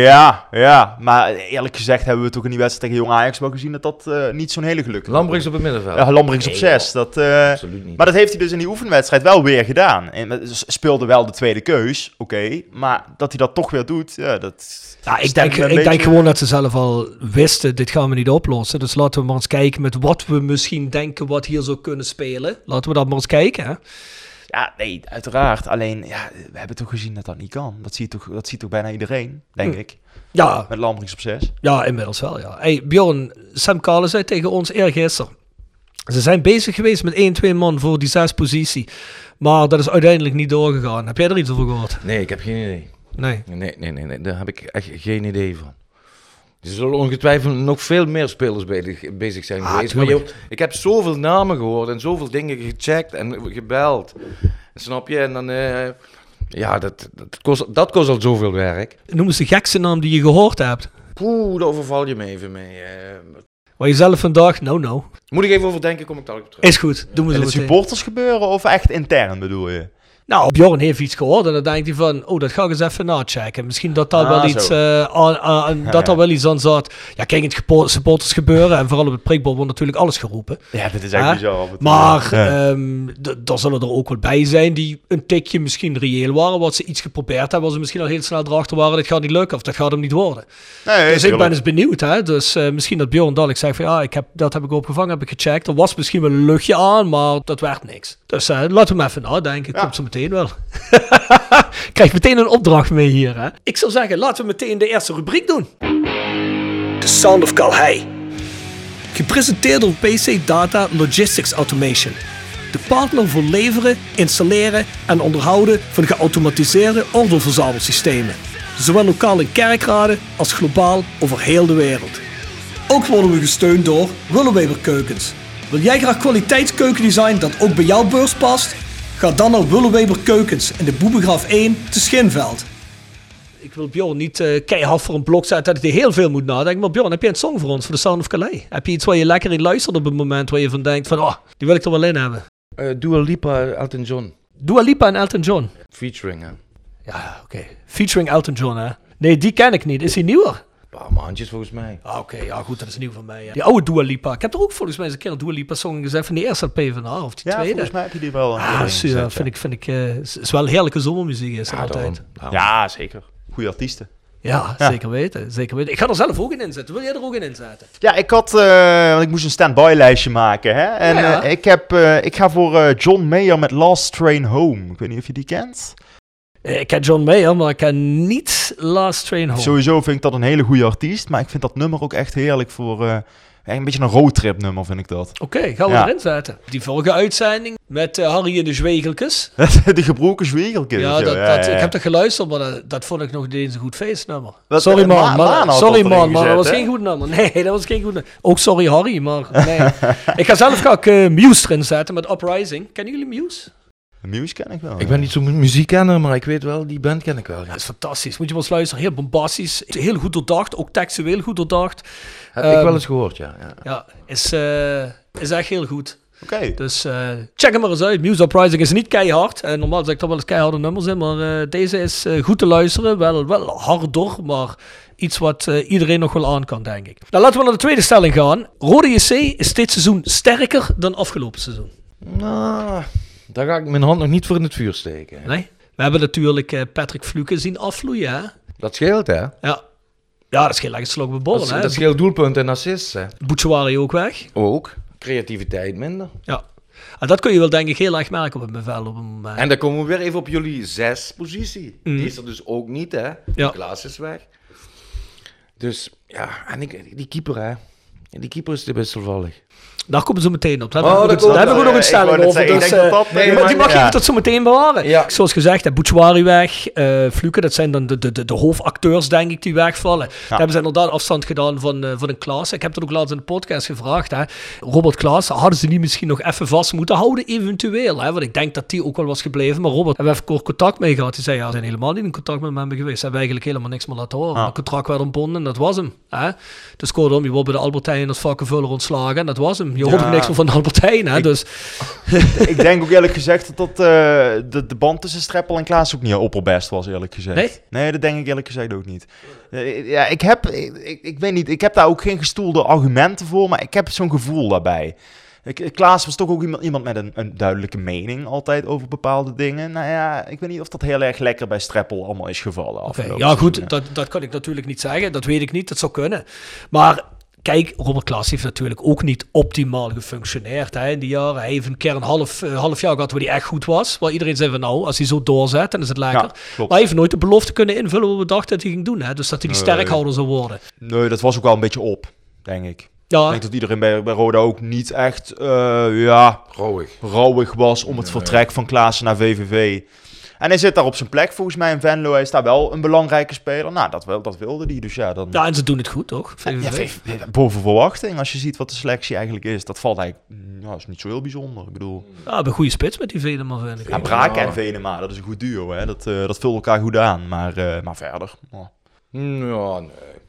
Ja, maar eerlijk gezegd hebben we toch in die wedstrijd tegen Jong Ajax wel gezien dat niet zo'n hele gelukkig was. Lambrechts op het middenveld. Ja, Lambrechts op 6. Absoluut niet. Maar dat heeft hij dus in die oefenwedstrijd wel weer gedaan. En speelde wel de tweede keus, oké. Maar dat hij dat toch weer doet, ja, dat... Ja, ik denk gewoon dat ze zelf al wisten, dit gaan we niet oplossen. Dus laten we maar eens kijken met wat we misschien denken wat hier zou kunnen spelen. Laten we dat maar eens kijken, hè. Ja, nee, uiteraard. Alleen, ja, we hebben toch gezien dat dat niet kan. Dat ziet toch bijna iedereen, denk ik. Ja. Met Lambrechts op 6. Ja, inmiddels wel, ja. Hey, Bjorn, Sam Kalen zei tegen ons eergisteren. Ze zijn bezig geweest met 1-2 man voor die 6 positie. Maar dat is uiteindelijk niet doorgegaan. Heb jij er iets over gehoord? Nee, ik heb geen idee. Nee, daar heb ik echt geen idee van. Er zullen ongetwijfeld nog veel meer spelers bezig zijn geweest. Maar ik heb zoveel namen gehoord en zoveel dingen gecheckt en gebeld. Snap je? En dan... ja, dat kost al zoveel werk. Noem eens de gekste naam die je gehoord hebt. Daar overval je me even mee. Waar je zelf vandaag... Moet ik even over denken, kom ik daar op terug. Is goed, doen we zo meteen. Het supporters gebeuren of echt intern bedoel je? Nou, Bjorn heeft iets gehoord en dan denkt hij van, dat ga ik eens even nachecken. Misschien dat daar wel iets er wel iets aan zat. Ja, kijk, het supporters gebeuren en vooral op het prikbal wordt natuurlijk alles geroepen. Ja, dat is echt bizar. Maar er zullen er ook wel bij zijn die een tikje misschien reëel waren, wat ze iets geprobeerd hebben, waar ze misschien al heel snel erachter waren, dat gaat niet lukken of dat gaat hem niet worden. Nee, dus ik ben eens benieuwd, hè. Dus misschien dat Bjorn dadelijk zegt van, dat heb ik opgevangen, heb ik gecheckt. Er was misschien wel een luchtje aan, maar dat werd niks. Dus laten we hem even nadenken. Komt zo meteen wel. Krijg meteen een opdracht mee hier, hè. Ik zou zeggen, laten we meteen de eerste rubriek doen. The Sound of Calhei. Gepresenteerd door PC Data Logistics Automation. De partner voor leveren, installeren en onderhouden van geautomatiseerde ordeelverzamelsystemen. Zowel lokaal in Kerkrade als globaal over heel de wereld. Ook worden we gesteund door Willeweber Keukens. Wil jij graag kwaliteitskeukendesign dat ook bij jouw beurs past? Ga dan naar Willeweber Keukens in de Boebegraaf 1 te Schinveld. Ik wil Bjorn niet keihard voor een blok zetten dat hij heel veel moet nadenken. Maar Bjorn, heb je een song voor ons, voor de Sound of Calais? Heb je iets waar je lekker in luistert op het moment waar je van denkt van, die wil ik er wel in hebben? Dua Lipa, Elton John. Dua Lipa en Elton John? Featuring, hè. Ja, oké. Featuring Elton John, hè. Nee, die ken ik niet. Is hij nieuwer? Een paar maandjes volgens mij. Oké, goed, dat is nieuw van mij. Ja. Die oude Dua Lipa. Ik heb er ook volgens mij eens een keer een Dua Lipa song gezegd van die eerste LP van haar, of die tweede. Volgens mij heb je die wel. Vind ik is wel heerlijke zomermuziek is altijd. Ja, zeker. Goeie artiesten. Ja, zeker weten. Ik ga er zelf ook in inzetten. Wil jij er ook in inzetten? Ja, want ik moest een stand-by lijstje maken. Hè? En ik ga voor John Mayer met Last Train Home. Ik weet niet of je die kent. Ik ken John Mayer, maar ik ken niet Last Train Home. Sowieso vind ik dat een hele goede artiest. Maar ik vind dat nummer ook echt heerlijk voor... een beetje een roadtrip nummer vind ik dat. Oké, gaan we erin zetten. Die vorige uitzending met Harry en de Zwegeltjes. De gebroken Zwegeltjes. Ja, ik heb dat geluisterd, maar dat vond ik nog niet eens een goed feestnummer. Sorry man, maar dat was geen goed nummer. Nee, dat was geen goed nummer. Ook sorry Harry, maar nee. Ik ga zelf Muse erin zetten met Uprising. Kennen jullie Muse? Muse ken ik wel. Ik ben niet zo'n muziekkenner, maar ik weet wel, die band ken ik wel. Ja. Dat is fantastisch. Moet je wel eens luisteren. Heel bombastisch. Heel goed doordacht. Ook textueel goed doordacht. Heb ik wel eens gehoord, ja. Ja, is echt heel goed. Oké. Dus check hem maar eens uit. Muse Uprising is niet keihard. Normaal zeg ik toch wel eens keiharde nummers in. Maar deze is goed te luisteren. Wel harder, maar iets wat iedereen nog wel aan kan, denk ik. Nou, laten we naar de tweede stelling gaan. Rode JC is dit seizoen sterker dan afgelopen seizoen. Nou... Daar ga ik mijn hand nog niet voor in het vuur steken. Nee? We hebben natuurlijk Patrick Fluke zien afvloeien, hè? Dat scheelt, hè? Ja, dat scheelt echt een slok bij bollen, hè? Dat scheelt doelpunten en assists, hè? Bouchouari ook weg. Ook. Creativiteit minder. Ja. En dat kun je wel, denk ik, heel erg merken op het bevel op een moment. En dan komen we weer even op jullie 6 positie. Die is er dus ook niet, hè? Ja. Klaas is weg. Dus, ja, en die keeper, hè? Die keeper is wisselvallig. Daar komen ze meteen op. Daar hebben we nog een stelling over. Die mag je even tot zo meteen bewaren. Ja. Zoals gezegd, Bouchouari weg. Fluke, dat zijn dan de hoofdacteurs, denk ik, die wegvallen. Ja. Daar hebben ze inderdaad afstand gedaan van een Klaas. Ik heb dat ook laatst in de podcast gevraagd. Hè. Robert Klaas, hadden ze die misschien nog even vast moeten houden, eventueel. Hè? Want ik denk dat die ook wel was gebleven. Maar Robert, hebben we even kort contact mee gehad. Die zei, ze zijn helemaal niet in contact met hem geweest. Ze hebben eigenlijk helemaal niks meer laten horen. Het contract werd ontbonden en dat was hem. Hè? Dus kortom, je wordt bij de Albert Heijn als vakkenvuller ontslagen en dat was hem. Je hoort ook niks meer van de Albert Heijn, hè? Dus. Ik denk ook eerlijk gezegd dat de band tussen Streppel en Klaas ook niet opperbest was, eerlijk gezegd. Nee, dat denk ik eerlijk gezegd ook niet. Ja, ik weet niet, ik heb daar ook geen gestoelde argumenten voor, maar ik heb zo'n gevoel daarbij. Klaas was toch ook iemand met een duidelijke mening altijd over bepaalde dingen. Nou ja, ik weet niet of dat heel erg lekker bij Streppel allemaal is gevallen. Okay, ja goed, dat kan ik natuurlijk niet zeggen. Dat weet ik niet, dat zou kunnen. Maar kijk, Robert Klaas heeft natuurlijk ook niet optimaal gefunctioneerd in die jaren. Hij heeft een keer een half jaar gehad waar hij echt goed was. Waar iedereen zei van nou, als hij zo doorzet, dan is het lekker. Ja, maar hij heeft nooit de belofte kunnen invullen wat we dachten dat hij ging doen. Hè? Dus dat hij die sterkhouder zou worden. Nee, dat was ook wel een beetje op, denk ik. Ja. Ik denk dat iedereen bij Roda ook niet echt rouwig was om het vertrek van Klaassen naar VVV. En hij zit daar op zijn plek volgens mij in Venlo. Hij is daar wel een belangrijke speler. Nou, dat wilde hij. Dus ja, en ze doen het goed, toch? VVV. Ja, boven verwachting. Als je ziet wat de selectie eigenlijk is. Dat valt eigenlijk... dat is niet zo heel bijzonder. Ik bedoel... Ja, we hebben een goede spits met die Venema, vind ik. Ja, Braak en Venema. Dat is een goed duo, hè. Dat vult elkaar goed aan. Maar verder... Ja, nee.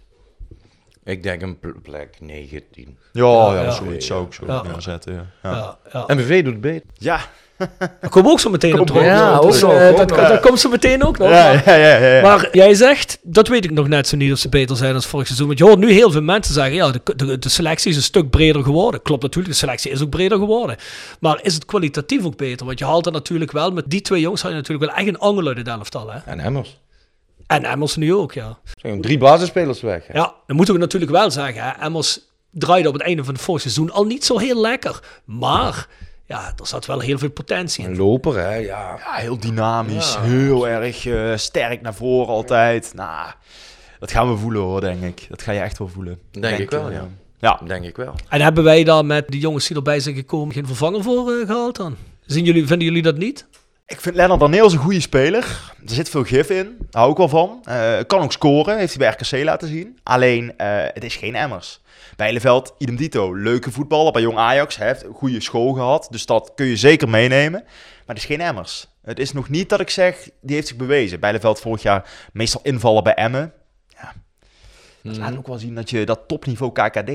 Ik denk een plek 19. Ja, zoiets zou ik zo neerzetten. Ja. MVV doet het beter. Ja, Daar komen we ook zo meteen op terug. Ja, Dus, dat komt zo meteen ook nog. Ja. Maar jij zegt, dat weet ik nog net zo niet of ze beter zijn als vorig seizoen. Want je hoort nu heel veel mensen zeggen, ja, de selectie is een stuk breder geworden. Klopt natuurlijk, de selectie is ook breder geworden. Maar is het kwalitatief ook beter? Want je haalt er natuurlijk wel, met die 2 jongens haal je natuurlijk wel echt een angel uit het elftal. Hè? En Emmers. En Emmers nu ook, ja. Zijn 3 basisspelers weg. Hè? Ja, dan moeten we natuurlijk wel zeggen, hè. Emmers draaide op het einde van het vorig seizoen al niet zo heel lekker. Maar ja, er zat wel heel veel potentie in. Een loper, hè? Ja. Ja, heel dynamisch, heel erg sterk naar voren altijd. Nou, dat gaan we voelen hoor, denk ik. Dat ga je echt wel voelen. Denk ik wel, ja. Ja. Denk ik wel. En hebben wij daar met die jongens die erbij zijn gekomen geen vervanger voor gehaald dan? Vinden jullie dat niet? Ik vind Lennart Daneels een goede speler. Er zit veel gif in. Daar hou ik wel van. Kan ook scoren. Heeft hij bij RKC laten zien. Alleen, het is geen Emmers. Bijleveld, idem dito. Leuke voetballer bij Jong Ajax. Hij heeft een goede school gehad. Dus dat kun je zeker meenemen. Maar het is geen Emmers. Het is nog niet dat ik zeg, die heeft zich bewezen. Bijleveld vorig jaar meestal invallen bij Emmen. Ja. Dat laat ook wel zien dat je dat topniveau KKD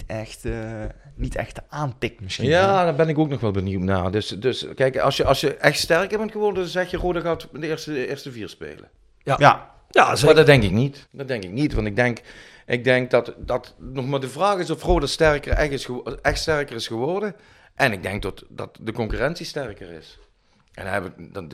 niet echt aantikt misschien. Ja, daar ben ik ook nog wel benieuwd naar. Dus kijk, als je echt sterker bent geworden, dan zeg je Roda gaat de eerste 4 spelen. Ja. Maar dat denk ik niet. Want ik denk dat nog maar de vraag is of Roda echt sterker is geworden. En ik denk dat de concurrentie sterker is. En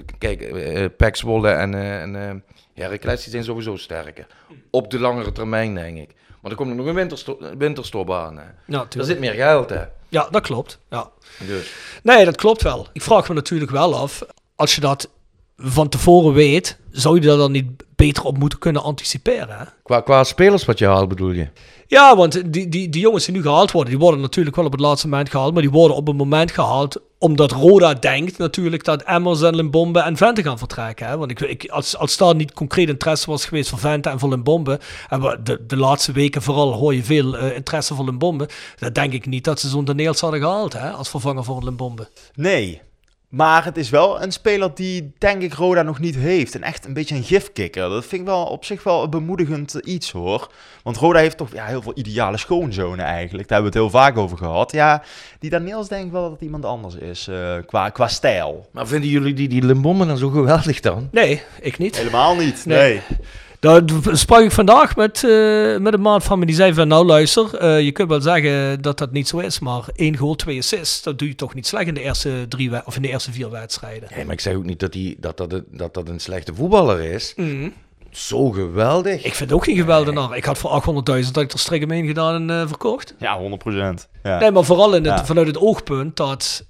PEC Zwolle en Heracles die zijn sowieso sterker. Op de langere termijn, denk ik. Maar er komt nog een winterstop aan. Hè. Ja, er zit meer geld, hè. Ja, dat klopt. Ja. Dus. Nee, dat klopt wel. Ik vraag me natuurlijk wel af, als je dat van tevoren weet, zou je daar dan niet beter op moeten kunnen anticiperen? Hè? Qua spelers wat je haalt, bedoel je? Ja, want die jongens die nu gehaald worden, die worden natuurlijk wel op het laatste moment gehaald, maar die worden op een moment gehaald omdat Roda denkt natuurlijk dat Emmers en Limbombe en Vente gaan vertrekken. Hè? Want als daar niet concreet interesse was geweest voor Vente en voor Limbombe, en de laatste weken vooral hoor je veel interesse voor Limbombe, dan denk ik niet dat ze zo'n Daneels hadden gehaald, hè, als vervanger voor Limbombe. Nee. Maar het is wel een speler die, denk ik, Roda nog niet heeft. En echt een beetje een gifkikker. Dat vind ik wel op zich wel een bemoedigend iets, hoor. Want Roda heeft toch heel veel ideale schoonzonen eigenlijk. Daar hebben we het heel vaak over gehad. Ja, die Daneels denk ik wel dat het iemand anders is qua stijl. Maar vinden jullie die Limbombe dan zo geweldig dan? Nee, ik niet. Helemaal niet, nee. Daar sprak ik vandaag met een maat van me, die zei van, nou luister, je kunt wel zeggen dat dat niet zo is, maar 1 goal, 2 assists, dat doe je toch niet slecht in de eerste 4 wedstrijden. Nee, maar ik zeg ook niet dat een slechte voetballer is. Mm. Zo geweldig. Ik vind het ook geen geweldenaar. Ik had voor 800.000 dat ik er strik omheen gedaan en verkocht. Ja, 100%. Ja. Nee, maar vooral vanuit het oogpunt dat...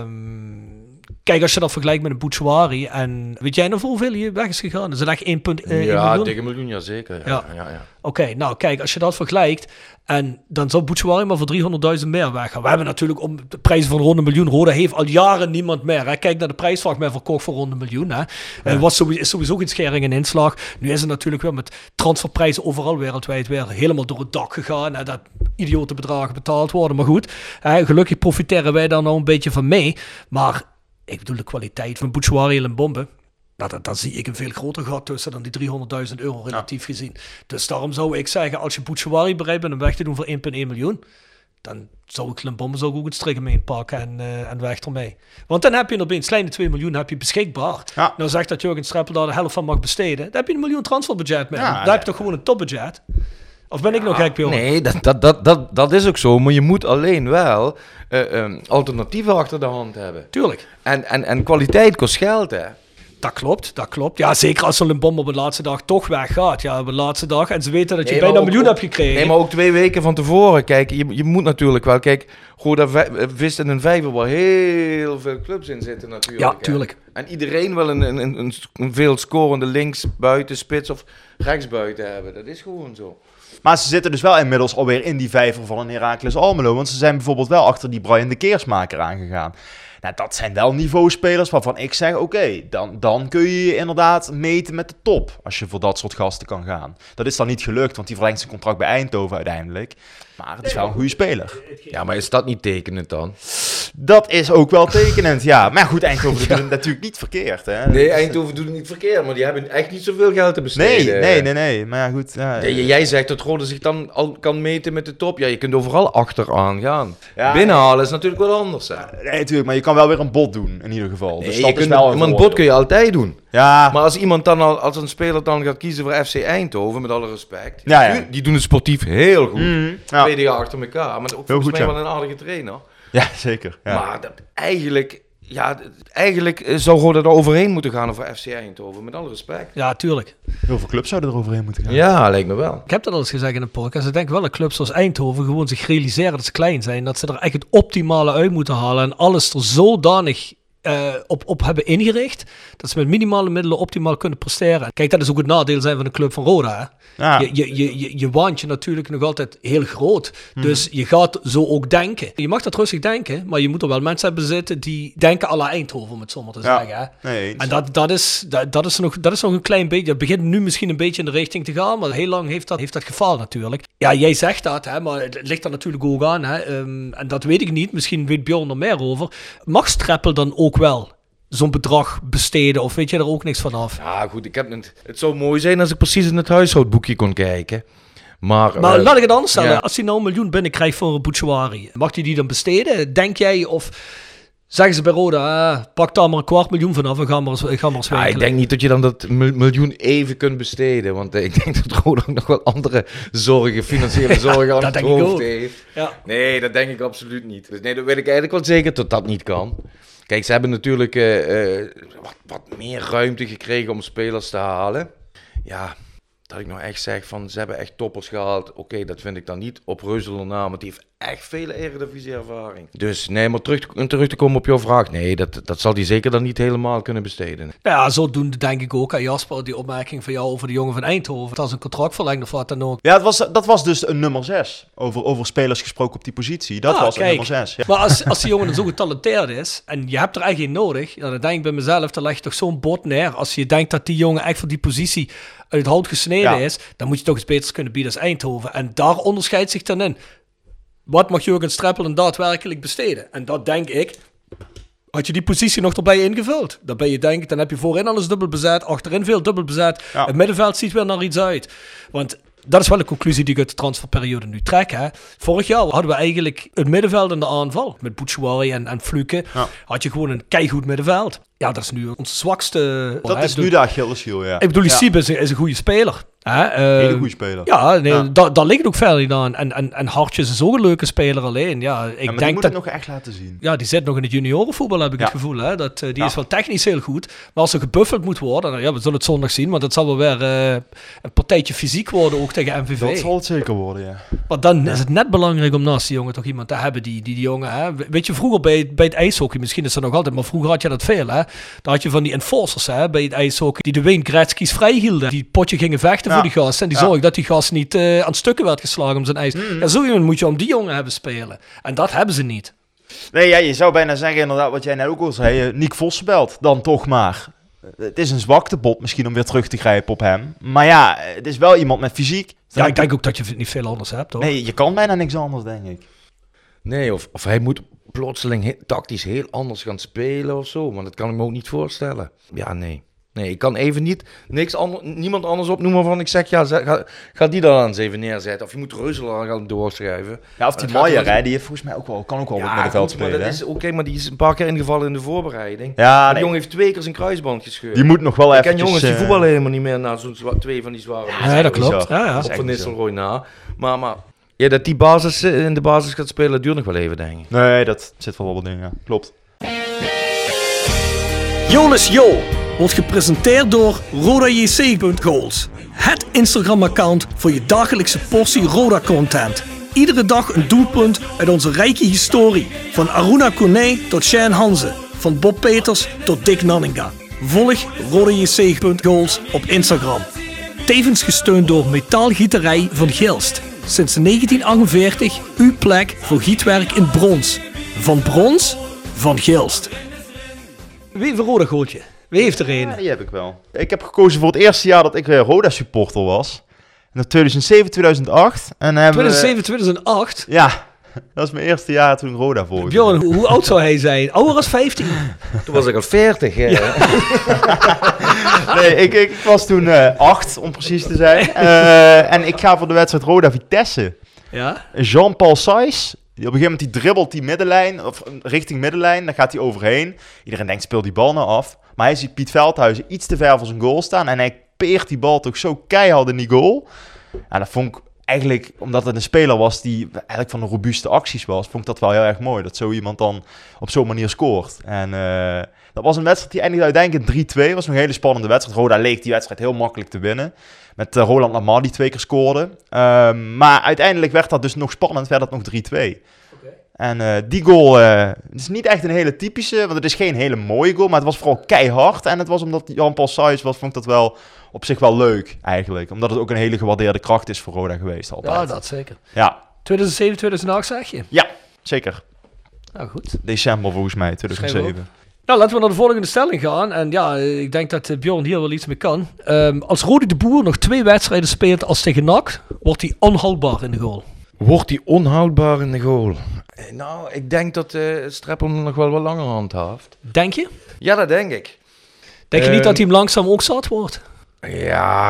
Kijk, als je dat vergelijkt met een Bouchouari en weet jij nog hoeveel je weg is gegaan? Dat is echt 1,1 miljoen? Ja, tegen miljoen, ja zeker. Ja. Oké, nou kijk, als je dat vergelijkt en dan zou Bouchouari maar voor 300.000 meer weggaan. We hebben natuurlijk om de prijzen van rond 1 miljoen. Roda heeft al jaren niemand meer. Hè? Kijk naar de prijsvraag meer verkocht voor rond 1 miljoen. Hè? Is sowieso geen schering en inslag. Nu is het natuurlijk weer met transferprijzen overal wereldwijd weer helemaal door het dak gegaan. Hè? Dat idiote bedragen betaald worden. Maar goed, gelukkig profiteren wij daar nou een beetje van mee. Maar ik bedoel, de kwaliteit van Bouchouari en Limbombe, daar zie ik een veel groter gat tussen dan die 300.000 euro relatief gezien. Dus daarom zou ik zeggen, als je Bouchouari bereid bent om weg te doen voor 1,1 miljoen, dan zou ik Limbombe ook een strik mee pakken en weg ermee. Want dan heb je opeens kleine 2 miljoen heb je beschikbaar. Ja. Nou zegt dat Jurgen Streppel daar de helft van mag besteden. Dan heb je 1 miljoen transferbudget mee. Daar heb je toch gewoon een topbudget. Of ben ik nog gek, Bjorn? Nee, dat is ook zo. Maar je moet alleen wel alternatieven achter de hand hebben. Tuurlijk. En kwaliteit kost geld, hè. Dat klopt. Ja, zeker als zo'n Limbombe op de laatste dag toch weggaat. Ja, op de laatste dag. En ze weten dat je bijna 1 miljoen hebt gekregen. Nee, maar ook 2 weken van tevoren. Kijk, je moet natuurlijk wel... Kijk, Roda vist in een vijver waar heel veel clubs in zitten natuurlijk. Ja, tuurlijk. Hè. En iedereen wil een veel scorende linksbuiten, spits of rechtsbuiten hebben. Dat is gewoon zo. Maar ze zitten dus wel inmiddels alweer in die vijver van een Heracles Almelo. Want ze zijn bijvoorbeeld wel achter die Brian de Keersmaker aangegaan. Nou, dat zijn wel niveauspelers waarvan ik zeg, oké, dan kun je je inderdaad meten met de top. Als je voor dat soort gasten kan gaan. Dat is dan niet gelukt, want die verlengt zijn contract bij Eindhoven uiteindelijk. Maar het is wel een goede speler. Ja, maar is dat niet tekenend dan? Dat is ook wel tekenend, ja. Maar goed, Eindhoven doet het natuurlijk niet verkeerd, hè. Nee, Eindhoven doet het niet verkeerd, maar die hebben echt niet zoveel geld te besteden. Nee. Maar ja, goed. Ja. Jij zegt dat Roda zich dan al kan meten met de top. Ja, je kunt overal achteraan gaan. Ja, binnenhalen is natuurlijk wel anders, hè. Nee, natuurlijk, maar je kan wel weer een bod doen, in ieder geval. Nee, dus dat is wel een bod kun je altijd doen. Ja. Maar als iemand dan als een speler dan gaat kiezen voor FC Eindhoven, met alle respect. Ja. Die doen het sportief heel goed. Ja. Tweede jaar achter elkaar. Maar ook volgens mij wel een aardige trainer. Ja, zeker. Ja. Maar eigenlijk zou Roda er overheen moeten gaan voor FC Eindhoven, met alle respect. Ja, tuurlijk. Heel veel clubs zouden er overheen moeten gaan. Ja, lijkt me wel. Ik heb dat al eens gezegd in een podcast. Ik denk wel dat clubs zoals Eindhoven gewoon zich realiseren dat ze klein zijn. Dat ze er echt het optimale uit moeten halen. En alles er zodanig op hebben ingericht. Dat ze met minimale middelen optimaal kunnen presteren. Kijk, dat is ook het nadeel zijn van een club van Roda. Hè? Ja. Je waant je natuurlijk nog altijd heel groot. Dus je gaat zo ook denken. Je mag dat rustig denken. Maar je moet er wel mensen hebben zitten die denken à la Eindhoven, om het zo maar te zeggen. Hè? Nee, eens. En dat is nog een klein beetje. Het begint nu misschien een beetje in de richting te gaan. Maar heel lang heeft dat gefaald natuurlijk. Ja, jij zegt dat. Hè, maar het ligt er natuurlijk ook aan. Hè? En dat weet ik niet. Misschien weet Bjorn er meer over. Mag Streppel dan ook wel zo'n bedrag besteden, of weet je er ook niks van af? Ja, goed, het zou mooi zijn als ik precies in het huishoudboekje kon kijken. Maar laat ik het anders stellen. Ja. Als hij nou 1 miljoen binnenkrijgt voor een Bouchouari, mag hij die dan besteden? Denk jij, of zeggen ze bij Roda, pak daar maar $250.000 vanaf en ga maar eens winkelen? Ik denk niet dat je dan dat miljoen even kunt besteden. Want ik denk dat Roda ook nog wel andere zorgen, financiële zorgen aan het hoofd heeft. Ja. Nee, dat denk ik absoluut niet. Dus nee, dat weet ik eigenlijk wel zeker dat dat niet kan. Kijk, ze hebben natuurlijk wat meer ruimte gekregen om spelers te halen. Ja, dat ik nou echt zeg van ze hebben echt toppers gehaald. Oké, dat vind ik dan niet op Reuzeler na, want die heeft echt vele Eredivisie-ervaring. Dus nee, maar terug te komen op jouw vraag. Nee, dat zal die zeker dan niet helemaal kunnen besteden. Ja, zodoende denk ik ook aan Jasper, die opmerking van jou over de jongen van Eindhoven. Dat is een contract verlengd of wat dan ook. Ja, dat was dus een nummer 6. Over spelers gesproken op die positie. Dat was een nummer 6. Ja. Maar als die jongen dan zo getalenteerd is en je hebt er echt geen nodig, ja, dan denk ik bij mezelf, dan leg je toch zo'n bod neer. Als je denkt dat die jongen echt voor die positie uit het hout gesneden is, dan moet je toch iets beters kunnen bieden als Eindhoven. En daar onderscheidt zich dan in. Wat mag Jurgen Streppel daadwerkelijk besteden? En dat denk ik, had je die positie nog erbij ingevuld, dan heb je voorin alles dubbel bezet, achterin veel dubbel bezet. Ja. Het middenveld ziet weer naar iets uit. Want dat is wel de conclusie die ik uit de transferperiode nu trek. Hè. Vorig jaar hadden we eigenlijk het middenveld in de aanval. Met Bouchouari en Fluke had je gewoon een keigoed middenveld. Ja, dat is nu ons zwakste... Dat is nu de Achilleshiel, ja. Ik bedoel, die Siebe is een goede speler. Hele goede speler. Ja, nee, daar ligt het ook verder niet aan. En Hartjes is ook een leuke speler alleen. Ja, ik denk die moet het nog echt laten zien. Ja, die zit nog in het juniorenvoetbal, heb ik het gevoel. Hè? Die is wel technisch heel goed. Maar als er gebuffeld moet worden, we zullen het zondag zien, maar dat zal wel weer een partijtje fysiek worden, ook tegen MVV. Dat zal het zeker worden, ja. Maar dan is het net belangrijk om naast die jongen toch iemand te hebben, die jongen. Hè? Weet je, vroeger bij het ijshockey, misschien is dat nog altijd, maar vroeger had je dat veel. Hè? Daar had je van die enforcers bij het ijshockey, die de Wayne Gretzky's vrijhielden. Die potje gingen vechten voor die gast en die zorgden dat die gast niet aan stukken werd geslagen om zijn ijs. Ja, zo iemand moet je om die jongen hebben spelen. En dat hebben ze niet. Nee, ja, je zou bijna zeggen inderdaad wat jij net ook al zei. Nick Vossenbelt dan toch maar. Het is een zwaktebod misschien om weer terug te grijpen op hem. Maar ja, het is wel iemand met fysiek. Ja, ik denk ook dat je niet veel anders hebt, hoor. Nee, je kan bijna niks anders, denk ik. Nee, of hij moet plotseling tactisch heel anders gaan spelen of zo. Maar dat kan ik me ook niet voorstellen. Ja, nee. Nee, ik kan even niemand anders opnoemen waarvan ik zeg, ga die dan eens even neerzetten. Of je moet Reuzelaar gaan doorschrijven. Ja, of die Maier, die heeft volgens mij ook wel, kan ook wel op het middenveld spelen. Maar dat is oké, maar die is een paar keer ingevallen in de voorbereiding. Ja, die jongen heeft 2 keer zijn kruisband gescheurd. Die moet nog wel even. Ik ken jongens die voetballen helemaal niet meer na zo'n 2 van die zware. Ja, dat klopt. Ja. Op Van Nistelrooy na. Maar ja, dat die basis in de basis gaat spelen, duurt nog wel even, denk ik. Nee, dat zit wel wat dingen, ja. Klopt. Jonas Jo wordt gepresenteerd door RodaJC.goals. Het Instagram-account voor je dagelijkse portie Roda-content. Iedere dag een doelpunt uit onze rijke historie. Van Aruna Kone tot Shane Hanze. Van Bob Peters tot Dick Nanninga. Volg RodaJC.goals op Instagram. Tevens gesteund door Metaalgieterij van Gilst. Sinds 1948 uw plek voor gietwerk in brons. Van brons, van Gilst. Wie heeft een Roda-goaltje? Wie heeft er een? Ja, die heb ik wel. Ik heb gekozen voor het eerste jaar dat ik Roda-supporter was. En dat 2007, 2008. En 2007, 2008? Ja, dat was mijn eerste jaar toen ik Roda volgde. Bjorn, hoe oud zou hij zijn? Ouder als 15? Toen was ik al 40. Ja. Nee, ik was toen 8, om precies te zijn. En ik ga voor de wedstrijd Roda-Vitesse. Ja? Jean-Paul Sayes Op een gegeven moment die dribbelt die middenlijn, of richting middenlijn, dan gaat hij overheen. Iedereen denkt, speel die bal nou af. Maar hij ziet Piet Veldhuizen iets te ver voor zijn goal staan en hij peert die bal toch zo keihard in die goal. En dat vond ik eigenlijk, omdat het een speler was die eigenlijk van de robuuste acties was, vond ik dat wel heel erg mooi. Dat zo iemand dan op zo'n manier scoort. En dat was een wedstrijd die eindigde uiteindelijk in 3-2. Was nog een hele spannende wedstrijd. Roda leek die wedstrijd heel makkelijk te winnen. Met Roland Lamar die 2 keer scoorde. Maar uiteindelijk werd dat dus nog spannend. Werd dat nog 3-2. Okay. En die goal is niet echt een hele typische. Want het is geen hele mooie goal. Maar het was vooral keihard. En het was omdat Jan-Paul Saïs was, vond ik dat wel op zich wel leuk eigenlijk. Omdat het ook een hele gewaardeerde kracht is voor Roda geweest altijd. Ja, dat zeker. Ja. 2007, 2008 zeg je? Ja, zeker. Nou goed. December volgens mij, 2007. Nou, laten we naar de volgende stelling gaan. En ja, ik denk dat Bjorn hier wel iets mee kan. Als Rodi de Boer nog 2 wedstrijden speelt als tegen NAC, wordt hij onhoudbaar in de goal. Wordt hij onhoudbaar in de goal? Nou, ik denk dat Streppel nog wel wat langer handhaaft. Denk je? Ja, dat denk ik. Denk je niet dat hij hem langzaam ook zat wordt? Ja,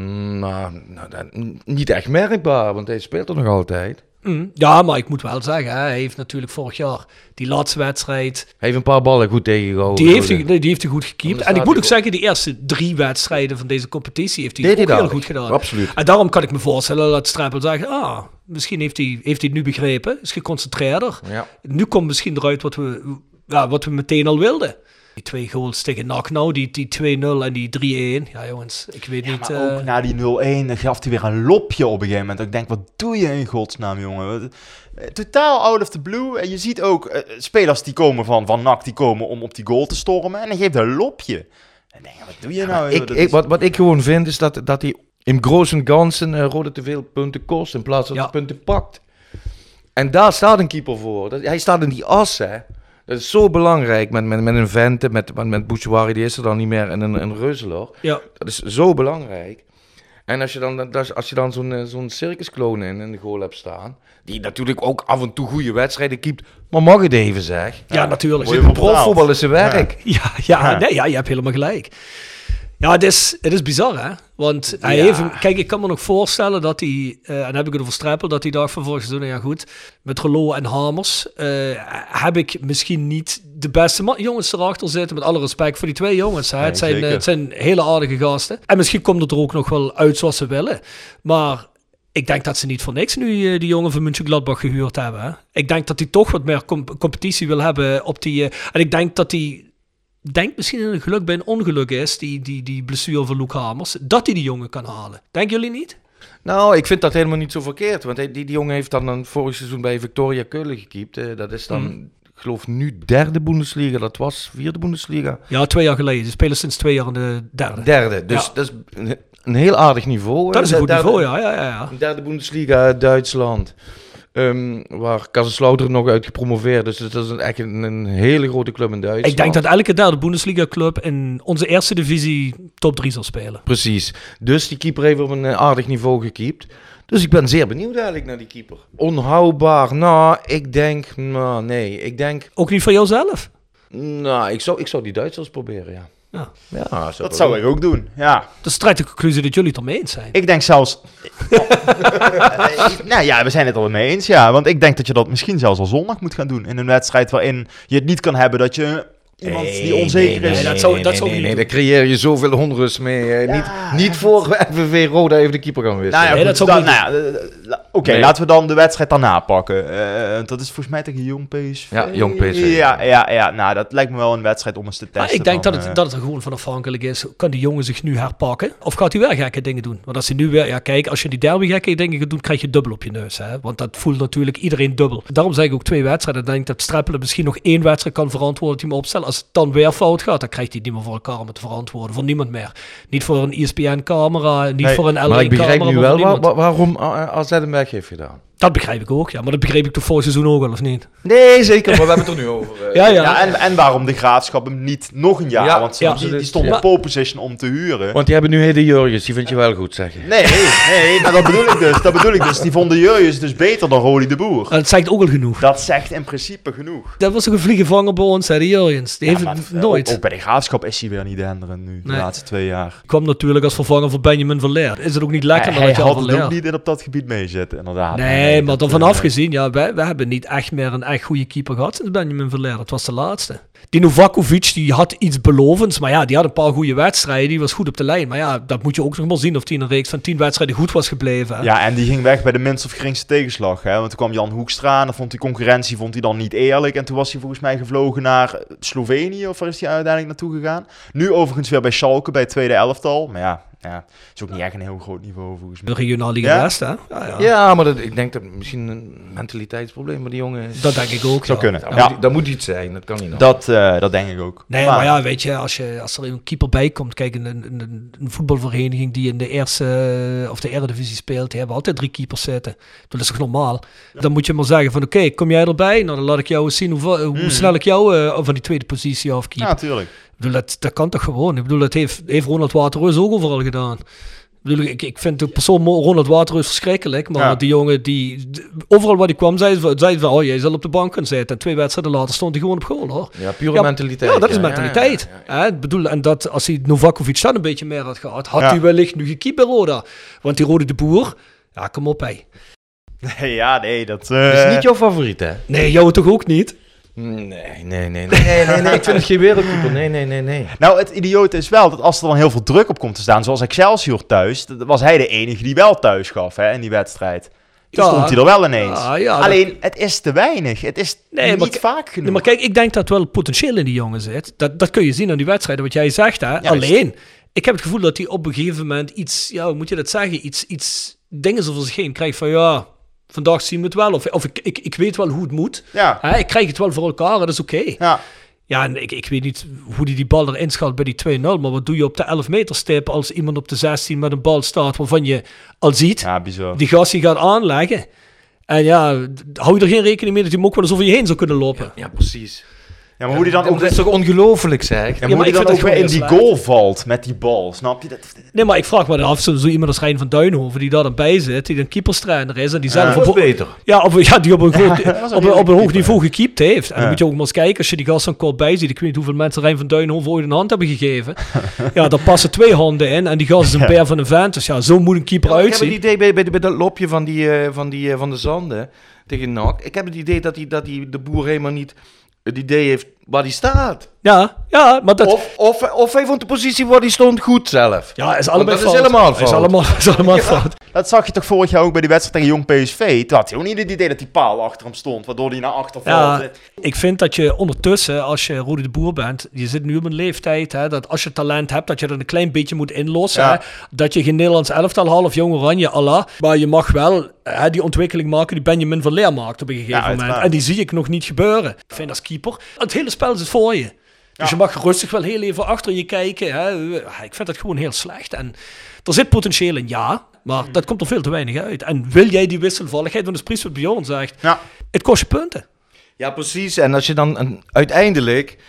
niet echt merkbaar, want hij speelt er nog altijd. Ja, maar ik moet wel zeggen, hij heeft natuurlijk vorig jaar die laatste wedstrijd... Hij heeft een paar ballen goed tegengehouden. Die heeft hij goed gekiept. En ik moet ook zeggen, die eerste 3 wedstrijden van deze competitie heeft hij ook heel goed gedaan. Absoluut. En daarom kan ik me voorstellen dat Streppel zegt, misschien heeft hij het nu begrepen, is geconcentreerder. Ja. Nu komt misschien eruit wat we meteen al wilden. Die 2 goals tegen NAC nou, die 2-0 en die 3-1. Ja jongens, ik weet niet... Maar ook na die 0-1 gaf hij weer een lopje op een gegeven moment. Ik denk, wat doe je in godsnaam, jongen? Totaal out of the blue. En je ziet ook spelers die komen van NAC, die komen om op die goal te stormen. En dan geeft hij een lopje. En denk, wat doe je nou? Wat ik gewoon vind, is dat hij in groot en ganzen Roda te veel punten kost, in plaats van punten pakt. En daar staat een keeper voor. Hij staat in die as, hè. Dat is zo belangrijk met een Vente, met Bouchouari, die is er dan niet meer, en een Reuselaar. Ja. Dat is zo belangrijk. En als je dan zo'n circuskloon in de goal hebt staan, die natuurlijk ook af en toe goede wedstrijden keept, maar mag het even zeg. Ja, natuurlijk. Profvoetbal is zijn werk. Ja, je hebt helemaal gelijk. Ja, het is bizar, hè? Want hij heeft hem... Kijk, ik kan me nog voorstellen dat hij... en dan heb ik het over Streppel, dat hij dacht van vorig seizoen... Ja goed, met Relo en Hamers heb ik misschien niet de beste jongens erachter zitten. Met alle respect voor die 2 jongens. Hè? Nee, het zijn hele aardige gasten. En misschien komt het er ook nog wel uit zoals ze willen. Maar... Ik denk dat ze niet voor niks nu die jongen van Mönchengladbach gehuurd hebben. Hè? Ik denk dat hij toch wat meer competitie wil hebben op die... en ik denk dat hij... misschien in een geluk bij een ongeluk is, die blessure van Luc Hamers, dat hij die jongen kan halen. Denken jullie niet? Nou, ik vind dat helemaal niet zo verkeerd. Want die jongen heeft dan vorig seizoen bij Victoria Keulen gekiept. Dat is dan, ik geloof nu 3e Bundesliga. Dat was 4e Bundesliga. Ja, 2 jaar geleden. Ze spelen sinds 2 jaar in de 3e. Dus dat is een heel aardig niveau. Dat is een goed niveau, ja. 3e Bundesliga, Duitsland. Waar Kaiserslautern nog uit gepromoveerd. Dus dat is echt een hele grote club in Duitsland. Ik denk dat elke 3e Bundesliga-club in onze eerste divisie top 3 zal spelen. Precies. Dus die keeper heeft op een aardig niveau gekiept. Dus ik ben zeer benieuwd eigenlijk naar die keeper. Onhoudbaar? Nou, ik denk... nee, ik denk... Ook niet voor jouzelf? Nou, ik zou die Duitsers proberen, ja. Ja, dat zou ik ook doen, ja. Dat is de conclusie dat jullie het ermee eens zijn. Ik denk zelfs... nou ja, we zijn het er mee eens, ja. Want ik denk dat je dat misschien zelfs al zondag moet gaan doen. In een wedstrijd waarin je het niet kan hebben dat je... iemand die onzeker is. Nee, daar creëer je zoveel onrust mee. Niet voor FVV Roda even de keeper gaan wisselen. Oké, laten we dan de wedstrijd daarna pakken. Dat is volgens mij tegen Jong PSV. Ja, Jong PSV. Ja, nou, dat lijkt me wel een wedstrijd om eens te testen. Maar ik denk dat het er gewoon van afhankelijk is. Kan die jongen zich nu herpakken? Of gaat hij weer gekke dingen doen? Want als hij nu weer... Ja, kijk, als je die derby gekke dingen gaat doen, krijg je dubbel op je neus. Hè? Want dat voelt natuurlijk iedereen dubbel. Daarom zeg ik ook 2 wedstrijden. Ik denk dat Streppelen misschien nog 1 wedstrijd kan verantwoorden die hem opstellen. Als het dan weer fout gaat, dan krijgt hij het niet meer voor elkaar om het te verantwoorden. Voor niemand meer. Niet voor een ESPN-camera, niet voor een L1-camera. Maar ik begrijp nu wel waarom AZ hem weg heeft gedaan. Dat begrijp ik ook, ja. Maar dat begreep ik toch vorig seizoen ook al, of niet? Nee, zeker. Maar we hebben het er nu over. En waarom de Graafschap hem niet nog een jaar? Ja, want die stond op pole position om te huren. Want die hebben nu Hede Jurgens. Die vind je wel goed, zeg je. Nee, maar dat bedoel ik dus. Die vonden Jurgens dus beter dan Rodi de Boer. Dat zegt ook al genoeg. Dat zegt in principe genoeg. Dat was ook een vliegenvanger bij ons, hè, de Jurgens. Die heeft het nooit. Ook bij de Graafschap is hij weer niet denderend nu, de laatste 2 jaar. Kwam natuurlijk als vervanger voor Benjamin Verleer. Is het ook niet lekker dat je al had het ook niet in op dat gebied meezitten, inderdaad. Nee, Nee, maar daarvan afgezien, ja, we hebben niet echt meer een echt goede keeper gehad sinds Benjamin Verleer. Dat was de laatste. Die Novakovic, die had iets belovends, maar ja, die had een paar goede wedstrijden, die was goed op de lijn. Maar ja, dat moet je ook nog maar zien of die in een reeks van 10 wedstrijden goed was gebleven. Hè? Ja, en die ging weg bij de minst of geringste tegenslag. Hè? Want toen kwam Jan Hoekstra en dan vond die concurrentie dan niet eerlijk. En toen was hij volgens mij gevlogen naar Slovenië, of waar is hij uiteindelijk naartoe gegaan? Nu overigens weer bij Schalke, bij het tweede elftal. Maar ja, is ook niet echt een heel groot niveau volgens mij. De regionale Liga West, hè? Ja, maar ik denk dat misschien een mentaliteitsprobleem bij die jongen is. Dat denk ik ook. Zou kunnen. Dat moet iets zijn, dat kan niet nog. Dat denk ik ook. Nee, maar ja, weet je, als er een keeper bij komt, kijk, een voetbalvereniging die in de eerste of de Eredivisie speelt, die hebben altijd 3 keepers zitten. Dat is toch normaal? Dan moet je maar zeggen van, oké, kom jij erbij? Nou, dan laat ik jou eens zien hoe snel ik jou van die tweede positie afkeep. Ja, tuurlijk. Ik bedoel, dat kan toch gewoon? Ik bedoel, dat heeft Ronald Waterreus ook overal gedaan. Ik vind de persoon Ronald Waterreus verschrikkelijk, maar die jongen, overal waar hij kwam, zei van, oh, jij zal op de bank kunnen zitten. En 2 wedstrijden later stond hij gewoon op goal, hoor. Ja, pure mentaliteit. Ja, dat is mentaliteit. Ja. Ik bedoel, en dat, als hij Novakovic dan een beetje meer had gehad, had hij wellicht nu gekiept bij Roda. Want die Rode de Boer, ja, kom op, hé. Nee, dat... is niet jouw favoriet, hè? Nee, jou toch ook niet? Nee. Ik vind het geen wereldkeeper. Nee. Nou, het idiote is wel dat als er dan heel veel druk op komt te staan, zoals Excelsior thuis, was hij de enige die wel thuis gaf, hè, in die wedstrijd. Toen stond hij er wel ineens. Alleen, het is te weinig. Het is niet vaak genoeg. Nee, maar kijk, ik denk dat wel potentieel in die jongen zit. Dat kun je zien aan die wedstrijden, wat jij zegt, hè. Juist. Alleen, ik heb het gevoel dat hij op een gegeven moment iets, hoe moet je dat zeggen, iets dingen over zich heen krijgt van, vandaag zien we het wel. Of ik weet wel hoe het moet. Ja. Ik krijg het wel voor elkaar, dat is oké. Ja, en ik weet niet hoe die bal erin schaalt bij die 2-0. Maar wat doe je op de 11 meter stip als iemand op de 16 met een bal staat waarvan je al ziet, die gast die gaat aanleggen. En ja, hou je er geen rekening mee dat hij hem ook wel eens over je heen zou kunnen lopen. Ja, precies. Ja, maar hoe die dan ook... Dat is toch ongelooflijk, zeg? Ja, maar hoe die dan ook weer in die goal valt met die bal, snap je? Nee, maar ik vraag me af, zo iemand als Rijn van Duinhoven, die daar dan bij zit, die een keeperstrainer is en die zelf... Of beter. Ja, die op een hoog niveau gekiept heeft. En dan moet je ook maar eens kijken, als je die gast van kort bij ziet, ik weet niet hoeveel mensen Rijn van Duinhoven ooit een hand hebben gegeven. Ja, daar passen 2 handen in en die gast is een beer van een vent. Dus ja, zo moet een keeper uitzien. Ik heb het idee bij dat lopje van de Zanden tegen NAC, ik heb het idee dat die de Boer helemaal niet het idee heeft waar hij staat. Ja, maar dat... Of hij vond de positie waar hij stond goed zelf. Ja, is allemaal fout. Dat is helemaal fout. Dat zag je toch vorig jaar ook bij die wedstrijd tegen Jong PSV. Toen had hij ook niet het idee dat die paal achter hem stond, waardoor hij naar achter valt. Ja, ik vind dat je ondertussen, als je Rode de Boer bent, je zit nu op een leeftijd, hè, dat als je talent hebt, dat je er een klein beetje moet inlossen. Ja. Hè, dat je geen Nederlands elftal half Jong Oranje, Allah. Maar je mag wel die ontwikkeling maken die Benjamin Verleer maakt op een gegeven moment. En die zie ik nog niet gebeuren. Ik vind als keeper, het hele spel zit voor je. Dus je mag rustig wel heel even achter je kijken. Hè. Ik vind dat gewoon heel slecht. En er zit potentieel in, maar dat komt er veel te weinig uit. En wil jij die wisselvalligheid, want dat is precies wat Bjorn zegt, het kost je punten. Ja, precies. En als je dan uiteindelijk,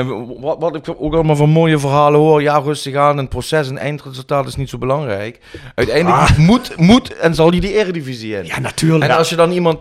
wat ik ook allemaal van mooie verhalen hoor, rustig aan, een proces, een eindresultaat is niet zo belangrijk. Uiteindelijk moet en zal die Eredivisie in. Ja, natuurlijk. En als je dan iemand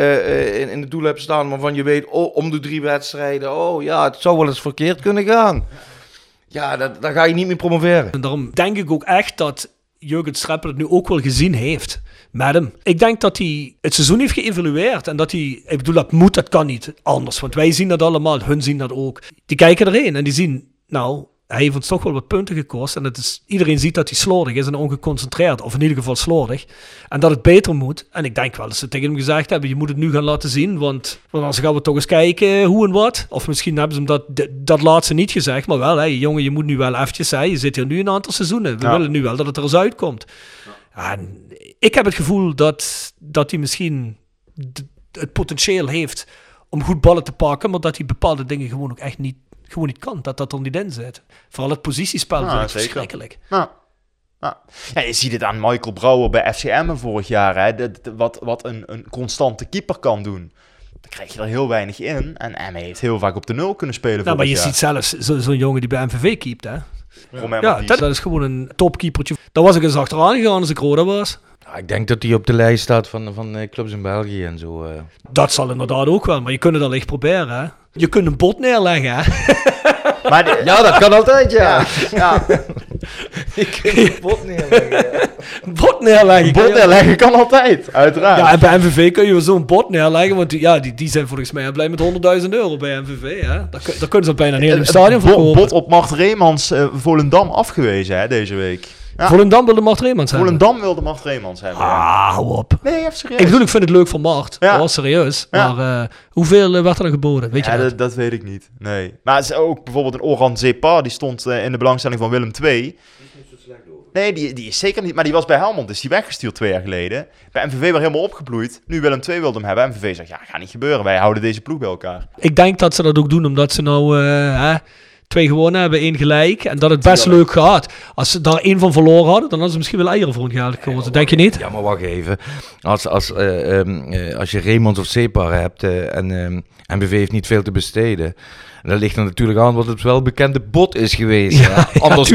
in het doel hebt staan waarvan je weet, om de 3 wedstrijden, het zou wel eens verkeerd kunnen gaan. Ja, dan ga je niet meer promoveren. En daarom denk ik ook echt dat Jurgen Streppel het nu ook wel gezien heeft met hem. Ik denk dat hij het seizoen heeft geëvalueerd en dat hij, dat kan niet anders, want wij zien dat allemaal, hun zien dat ook. Die kijken erheen en die zien, hij heeft ons toch wel wat punten gekost en iedereen ziet dat hij slordig is en ongeconcentreerd, of in ieder geval slordig, en dat het beter moet. En ik denk wel dat ze tegen hem gezegd hebben, je moet het nu gaan laten zien, want anders gaan we toch eens kijken hoe en wat. Of misschien hebben ze hem dat laatste niet gezegd, maar wel, jongen, je moet nu wel eventjes, je zit hier nu een aantal seizoenen, we willen nu wel dat het er eens uitkomt. En ik heb het gevoel dat hij misschien het potentieel heeft om goed ballen te pakken, maar dat hij bepaalde dingen gewoon ook echt niet kan, dat er niet in zit. Vooral het positiespel vind ik verschrikkelijk. Ja, je ziet het aan Michael Brouwer bij FCM vorig jaar, hè, wat een constante keeper kan doen. Dan krijg je er heel weinig in en hij heeft heel vaak op de 0 kunnen spelen. Maar je ziet zelfs zo'n jongen die bij MVV keept, hè. Dat is gewoon een topkeepertje. Daar was ik eens achteraan gegaan als ik Roda was. Ja, ik denk dat hij op de lijst staat van clubs in België en zo. Dat zal inderdaad ook wel, maar je kunt het al echt proberen, hè. Je kunt een bot neerleggen, hè. Maar dat kan altijd, ja. Ik kan een bot neerleggen. Bot neerleggen. Bot neerleggen kan altijd, uiteraard. Ja, en bij MVV kun je zo'n bot neerleggen, want die zijn volgens mij blij met €100.000 bij MVV. Hè? Daar kunnen ze bijna een heel stadion verkopen. Bot op Mart Reemans Volendam afgewezen deze week. Ja. Volendam wilde Mart Reemans hebben. Volendam wilde Mart Reemans hebben. Hou op. Nee, even serieus. Ik vind het leuk voor Mart. Ja. Dat was serieus. Ja. Maar hoeveel werd er dan geboden? Weet je dat? Dat weet ik niet. Nee. Maar het is ook bijvoorbeeld een Orhan Zepa, die stond in de belangstelling van Willem II. Die is niet zo slecht over. Nee, die is zeker niet. Maar die was bij Helmond, is die weggestuurd 2 jaar geleden. Bij MVV weer helemaal opgebloeid. Nu Willem II wilde hem hebben. MVV zegt, gaat niet gebeuren. Wij houden deze ploeg bij elkaar. Ik denk dat ze dat ook doen, omdat ze nou 2 gewonnen hebben, 1 gelijk. En dat het best leuk gaat. Als ze daar 1 van verloren hadden, dan hadden ze misschien wel eieren voor een geld gekozen. Denk je niet? Ja, maar wacht even. Als je Reemans of Separ hebt en MVV heeft niet veel te besteden. Dat ligt er natuurlijk aan wat het wel bekende bot is geweest. Ja, anders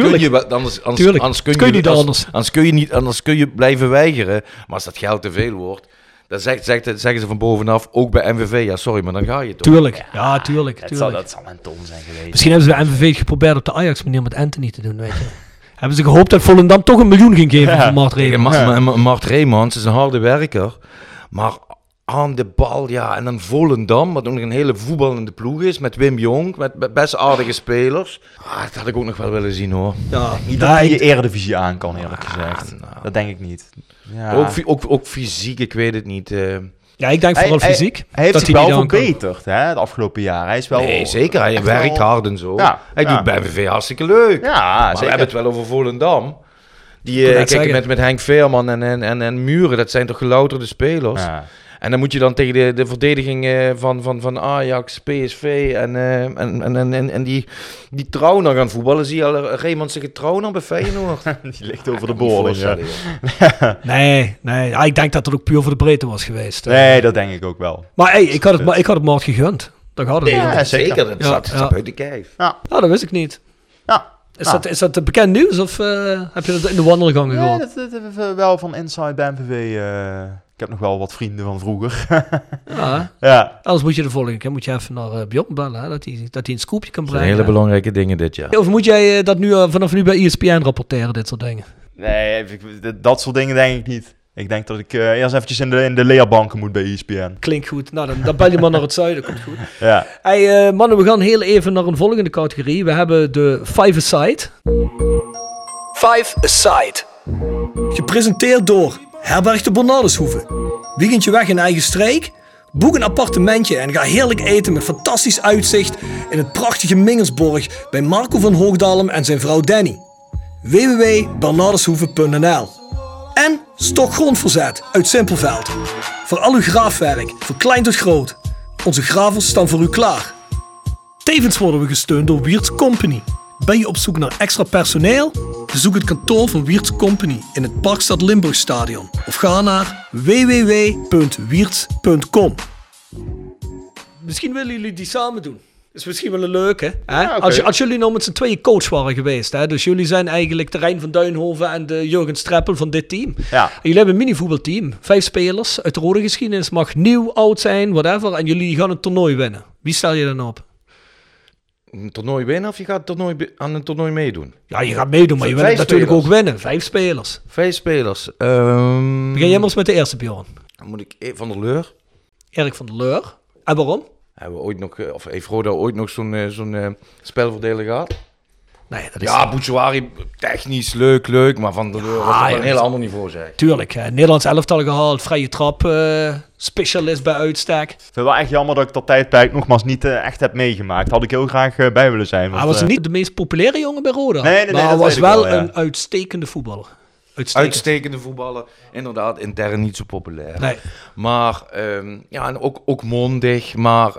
kun je blijven weigeren. Maar als dat geld te veel wordt, dan zeggen ze van bovenaf, ook bij MVV, ja sorry, maar dan ga je toch. Tuurlijk, ja, tuurlijk. Dat zal een ton zijn geweest. Misschien hebben ze bij MVV geprobeerd op de Ajax-manier met Anthony te doen, weet je. Hebben ze gehoopt dat Volendam toch $1 miljoen ging geven voor Mart Reemans. Mart Reemans is een harde werker, maar aan de bal, ja. En dan Volendam, wat ook nog een hele voetballende ploeg is, met Wim Jong, met best aardige spelers. Dat had ik ook nog wel willen zien, hoor. Ja, niet dat hij je Eredivisie aan kan, eerlijk gezegd. Dat denk ik niet. Ja. Ook fysiek, ik weet het niet. Ja, ik denk vooral fysiek. Hij heeft zich wel verbeterd, hè, de afgelopen jaren. Hij is wel... Nee, zeker. Hij werkt hard en zo. Ja, hij doet bij MVV hartstikke leuk. Ja, maar we hebben het wel over Volendam. Kijk, met Henk Veerman en Muren, dat zijn toch gelouterde spelers. Ja. En dan moet je dan tegen de verdediging van Ajax, PSV en die Trauner gaan voetballen. Zie je al Reemans zich Trauner bij Feyenoord? Die ligt over de boorling. Ja. Nee. Ja, ik denk dat het ook puur voor de breedte was geweest. Nee, dat denk ik ook wel. Maar ik had het Mart gegund. Dat gaat het ja, zeker. Dat staat uit de kijf. Ja, dat wist ik niet. Ja. Is dat bekend nieuws of heb je dat in de wandelgang gehoord? Nee, dat hebben we wel van Inside bij MVV. Ik heb nog wel wat vrienden van vroeger. Ja. Anders moet je de volgende keer even naar Bjorn bellen, hè, dat hij een scoopje kan brengen. Dat zijn hele belangrijke dingen dit jaar. Of moet jij dat nu vanaf nu bij ESPN rapporteren, dit soort dingen? Nee, dat soort dingen denk ik niet. Ik denk dat ik eerst eventjes in de leerbanken moet bij ESPN. Klinkt goed. Nou, dan bel je maar naar het zuiden. Komt goed. Ja. Hey, mannen, we gaan heel even naar een volgende categorie. We hebben de 5-a-side. 5-a-side. Gepresenteerd door Herberg de Bernardeshoeve. Weekendje weg in eigen streek? Boek een appartementje en ga heerlijk eten met fantastisch uitzicht in het prachtige Mingersborg bij Marco van Hoogdalem en zijn vrouw Danny. www.bernardeshoeve.nl. En Stokgrondverzet uit Simpelveld. Voor al uw graafwerk, van klein tot groot. Onze gravels staan voor u klaar. Tevens worden we gesteund door Wiertz Company. Ben je op zoek naar extra personeel? Bezoek het kantoor van Wiertz Company in het Parkstad Limburgstadion. Of ga naar www.wiertz.com. Misschien willen jullie die samen doen. Is misschien wel een leuke. Hè? Ja, okay. Als jullie nou met z'n tweeën coach waren geweest. Hè? Dus jullie zijn eigenlijk de Rijn van Duinhoven en de Jurgen Streppel van dit team. Ja. En jullie hebben een minivoetbalteam. 5 spelers uit de rode geschiedenis. Mag nieuw, oud zijn, whatever. En jullie gaan een toernooi winnen. Wie stel je dan op? Een toernooi winnen of je gaat aan een toernooi meedoen? Ja, je gaat meedoen, maar je wil natuurlijk ook winnen. 5 spelers. 5 spelers. Begin jij maar eens met de eerste, Bjorn. Dan moet ik Van der Leur. Erik van der Leur. En waarom? Hebben we ooit nog, of heeft Roda ooit nog zo'n spelverdeler gehad? Nee, dat is... Ja, Bouchouari, technisch leuk, maar Van der Leur was op een heel ander niveau, zeg. Tuurlijk, Nederlands elftal gehaald, vrije trap, specialist bij uitstek. Ik vind het wel echt jammer dat ik dat tijdperk nogmaals niet echt heb meegemaakt. Had ik heel graag bij willen zijn. Hij was niet de meest populaire jongen bij Roda. Nee, maar hij was wel een uitstekende voetballer. Uitstekende voetballer, inderdaad, intern niet zo populair. Nee. Maar, en ook mondig, maar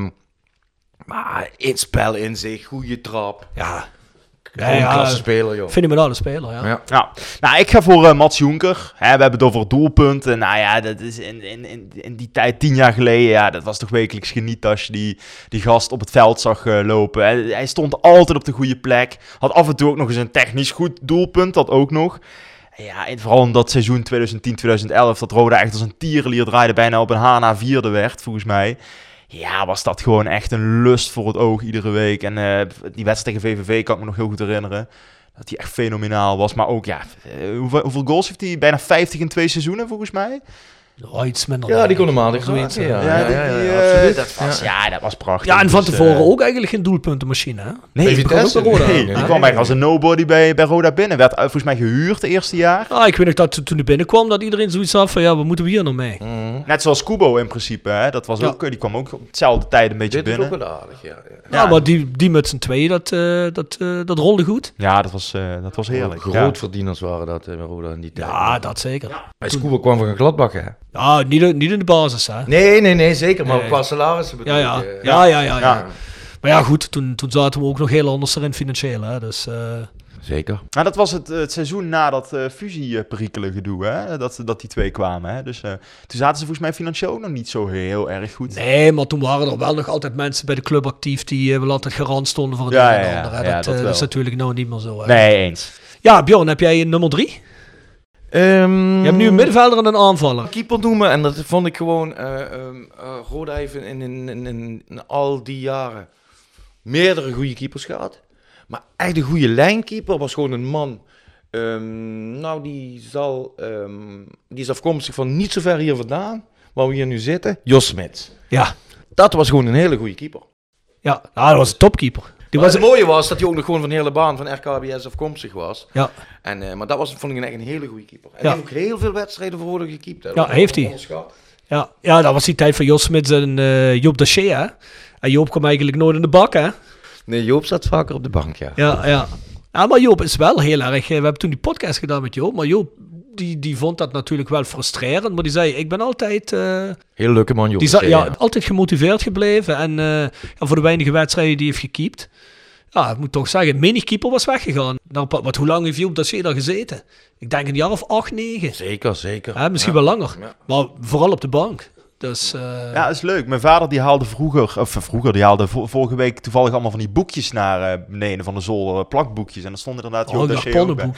het spel in zich, goede trap. Ja. Een klasse speler, joh. Fenomenale speler, ja. Nou, ik ga voor Mats Jonker. We hebben het over doelpunten. Nou ja, dat is in die tijd, 10 jaar geleden, ja, dat was toch wekelijks geniet als je die gast op het veld zag lopen. Hij stond altijd op de goede plek. Had af en toe ook nog eens een technisch goed doelpunt, dat ook nog. Ja, en vooral in dat seizoen 2010-2011, dat Roda echt als een tierenlier draaide, bijna op een HNA 4e werd, volgens mij. Ja, was dat gewoon echt een lust voor het oog iedere week. En die wedstrijd tegen VVV kan ik me nog heel goed herinneren. Dat hij echt fenomenaal was. Maar ook, hoeveel goals heeft hij? Bijna 50 in 2 seizoenen, volgens mij. Oh, iets minder. Ja, die kon hem aardig zoiets. Absoluut. Dat was prachtig. Ja, en van tevoren ook eigenlijk geen doelpuntenmachine, hè? Nee, die kwam eigenlijk als een nobody bij Roda binnen. Werd volgens mij gehuurd het eerste jaar. Ah, ik weet nog dat toen hij binnenkwam, dat iedereen zoiets had van, wat moeten we hier nou mee? Net zoals Kubo in principe, hè. Dat was ook, die kwam ook op hetzelfde tijd een beetje binnen. Dat is ook wel aardig, Ja, maar die met z'n tweeën, dat rolde goed. Ja, dat was heerlijk. Grootverdieners waren dat bij Roda in die tijd. Ja, dat zeker. Bij Kubo kwam van Gladbach, hè? Ja, niet in de basis, hè? Nee, zeker. Maar qua salarissen bedoel ik. Ja. Maar ja, goed, toen zaten we ook nog heel anders erin financieel, hè? Dus, zeker. Nou, dat was het seizoen na dat fusieperikelen gedoe, hè? Dat die twee kwamen, hè? Dus toen zaten ze volgens mij financieel nog niet zo heel erg goed. Nee, maar toen waren er wel nog altijd mensen bij de club actief die wel altijd garant stonden voor het een en ander. Hè? Dat is natuurlijk nou niet meer zo. Hè? Nee, eens. Ja, Bjorn, heb jij nummer 3? Je hebt nu een middenvelder en een aanvaller. Keeper noemen, en dat vond ik gewoon... Roda heeft in al die jaren meerdere goede keepers gehad. Maar echt een goede lijnkeeper was gewoon een man... die is afkomstig van niet zo ver hier vandaan, waar we hier nu zitten. Jos Smits. Ja. Dat was gewoon een hele goede keeper. Ja, dat was een topkeeper. Het mooie was dat hij ook nog gewoon van de hele baan van RKBS afkomstig was. Ja. Maar dat vond ik echt een hele goede keeper. En hij heeft ook heel veel wedstrijden voor Roda gekiept. Ja, heeft hij. Ja, dat was die tijd van Jos Smits en Joop Daché, hè. En Joop kwam eigenlijk nooit in de bak, hè. Nee, Joop zat vaker op de bank, ja. Ja, maar Joop is wel heel erg... We hebben toen die podcast gedaan met Joop, maar Joop... Die vond dat natuurlijk wel frustrerend, maar die zei, ik ben altijd... heel leuke man, Joop. Altijd gemotiveerd gebleven en voor de weinige wedstrijden die heeft gekiept. Ja, ik moet toch zeggen, menig keeper was weggegaan. Nou, hoe lang heeft Joop Daché daar gezeten? Ik denk een jaar of 8, 9. Zeker. Misschien wel langer, maar vooral op de bank. Dus, ja, dat is leuk. Mijn vader die haalde die haalde vorige week toevallig allemaal van die boekjes naar beneden van de zolder, plakboekjes. En dan stond inderdaad Joop Daché ook bij.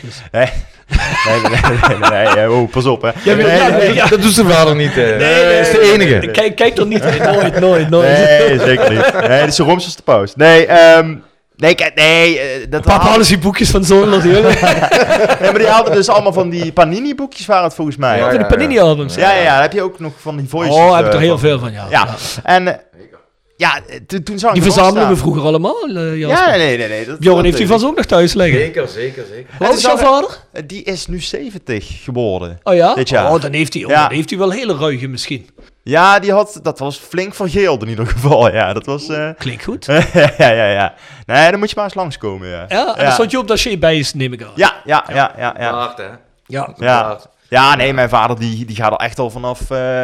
Nee, oh, pas op, hè. Dat doet zijn vader niet. Nee, dat is de enige. Kijk er niet in. Nooit. Nee, zeker niet. Nee, dat is zo roms als de paus. Papa hadden die boekjes van Zoon natuurlijk. Nee, maar die haalden dus allemaal van die Panini-boekjes waren het volgens mij. Ja, van die Panini-albums. Ja, daar heb je ook nog van die voices. Oh, heb ik er heel veel van, ja. En toen zag ik die verzamelden we vroeger allemaal, Jasper. Nee. Bjorn heeft die vast ook nog thuis liggen. Zeker. Wat is jouw vader? Die is nu 70 geworden. Oh ja? Dit jaar. Oh, dan heeft hij wel hele ruige misschien. Ja, dat was flink vergeeld in ieder geval. Ja, dat was... Klinkt goed. Ja. Nee, dan moet je maar eens langskomen, ja. Ja, en dan stond je op dat je bij is, neem ik aan. Ja. Hard, hè? Ja, nee, mijn vader die gaat al echt al vanaf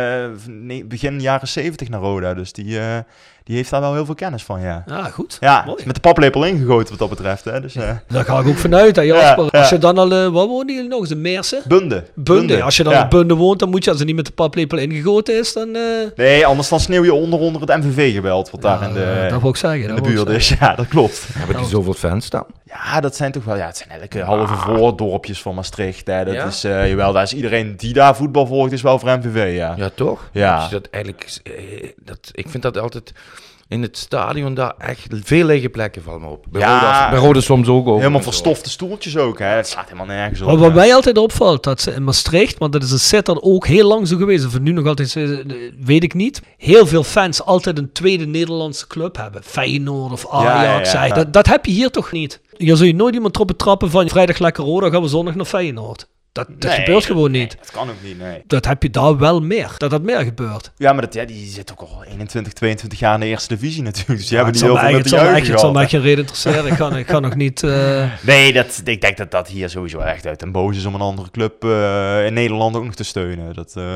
begin jaren 70 naar Roda. Dus die heeft daar wel heel veel kennis van, ja. Ja, goed. Ja, mooi. Met de paplepel ingegoten wat dat betreft, hè. Dus, daar ga ik ook vanuit, hè, Jasper. Als je dan al... waar wonen jullie nog eens? In Meersen? Bunde. Als je dan op Bunde woont, dan moet je, als het niet met de paplepel ingegoten is, dan... Nee, anders dan sneeuw je onder het MVV-geweld, wat daar in dat wil ik zeggen, in de buurt is. Ja, dat klopt. Hebben die zoveel fans staan? Ja, dat zijn toch wel... Ja, het zijn eigenlijk halve voordorpjes van Maastricht. Hè. Dat is, jawel, daar is iedereen die daar voetbal volgt, is wel voor MVV, ja. Ja, toch? Ja. Als je dat eigenlijk... ik vind dat altijd... In het stadion daar echt veel lege plekken vallen me op. Bij Roda soms ook. Helemaal verstofte stoeltjes ook, hè. Dat slaat helemaal nergens op. Wat mij altijd opvalt, dat ze in Maastricht, maar dat is een set dan ook heel lang zo geweest, of nu nog altijd, weet ik niet, heel veel fans altijd een tweede Nederlandse club hebben. Feyenoord of Ajax. Ja. Dat heb je hier toch niet. Hier zul je nooit iemand erop betrappen van vrijdag lekker Roda, gaan we zondag naar Feyenoord. Dat gebeurt gewoon niet. Dat kan ook niet, nee. Dat heb je daar wel meer. Dat meer gebeurt. Ja, maar die zit ook al 21, 22 jaar in de eerste divisie natuurlijk. Dus die hebben die heel veel met de jeugd gehad. Het zal mij geen reden interesseren. Ik kan nog niet... Nee, ik denk dat hier sowieso echt uit een boos is om een andere club in Nederland ook nog te steunen.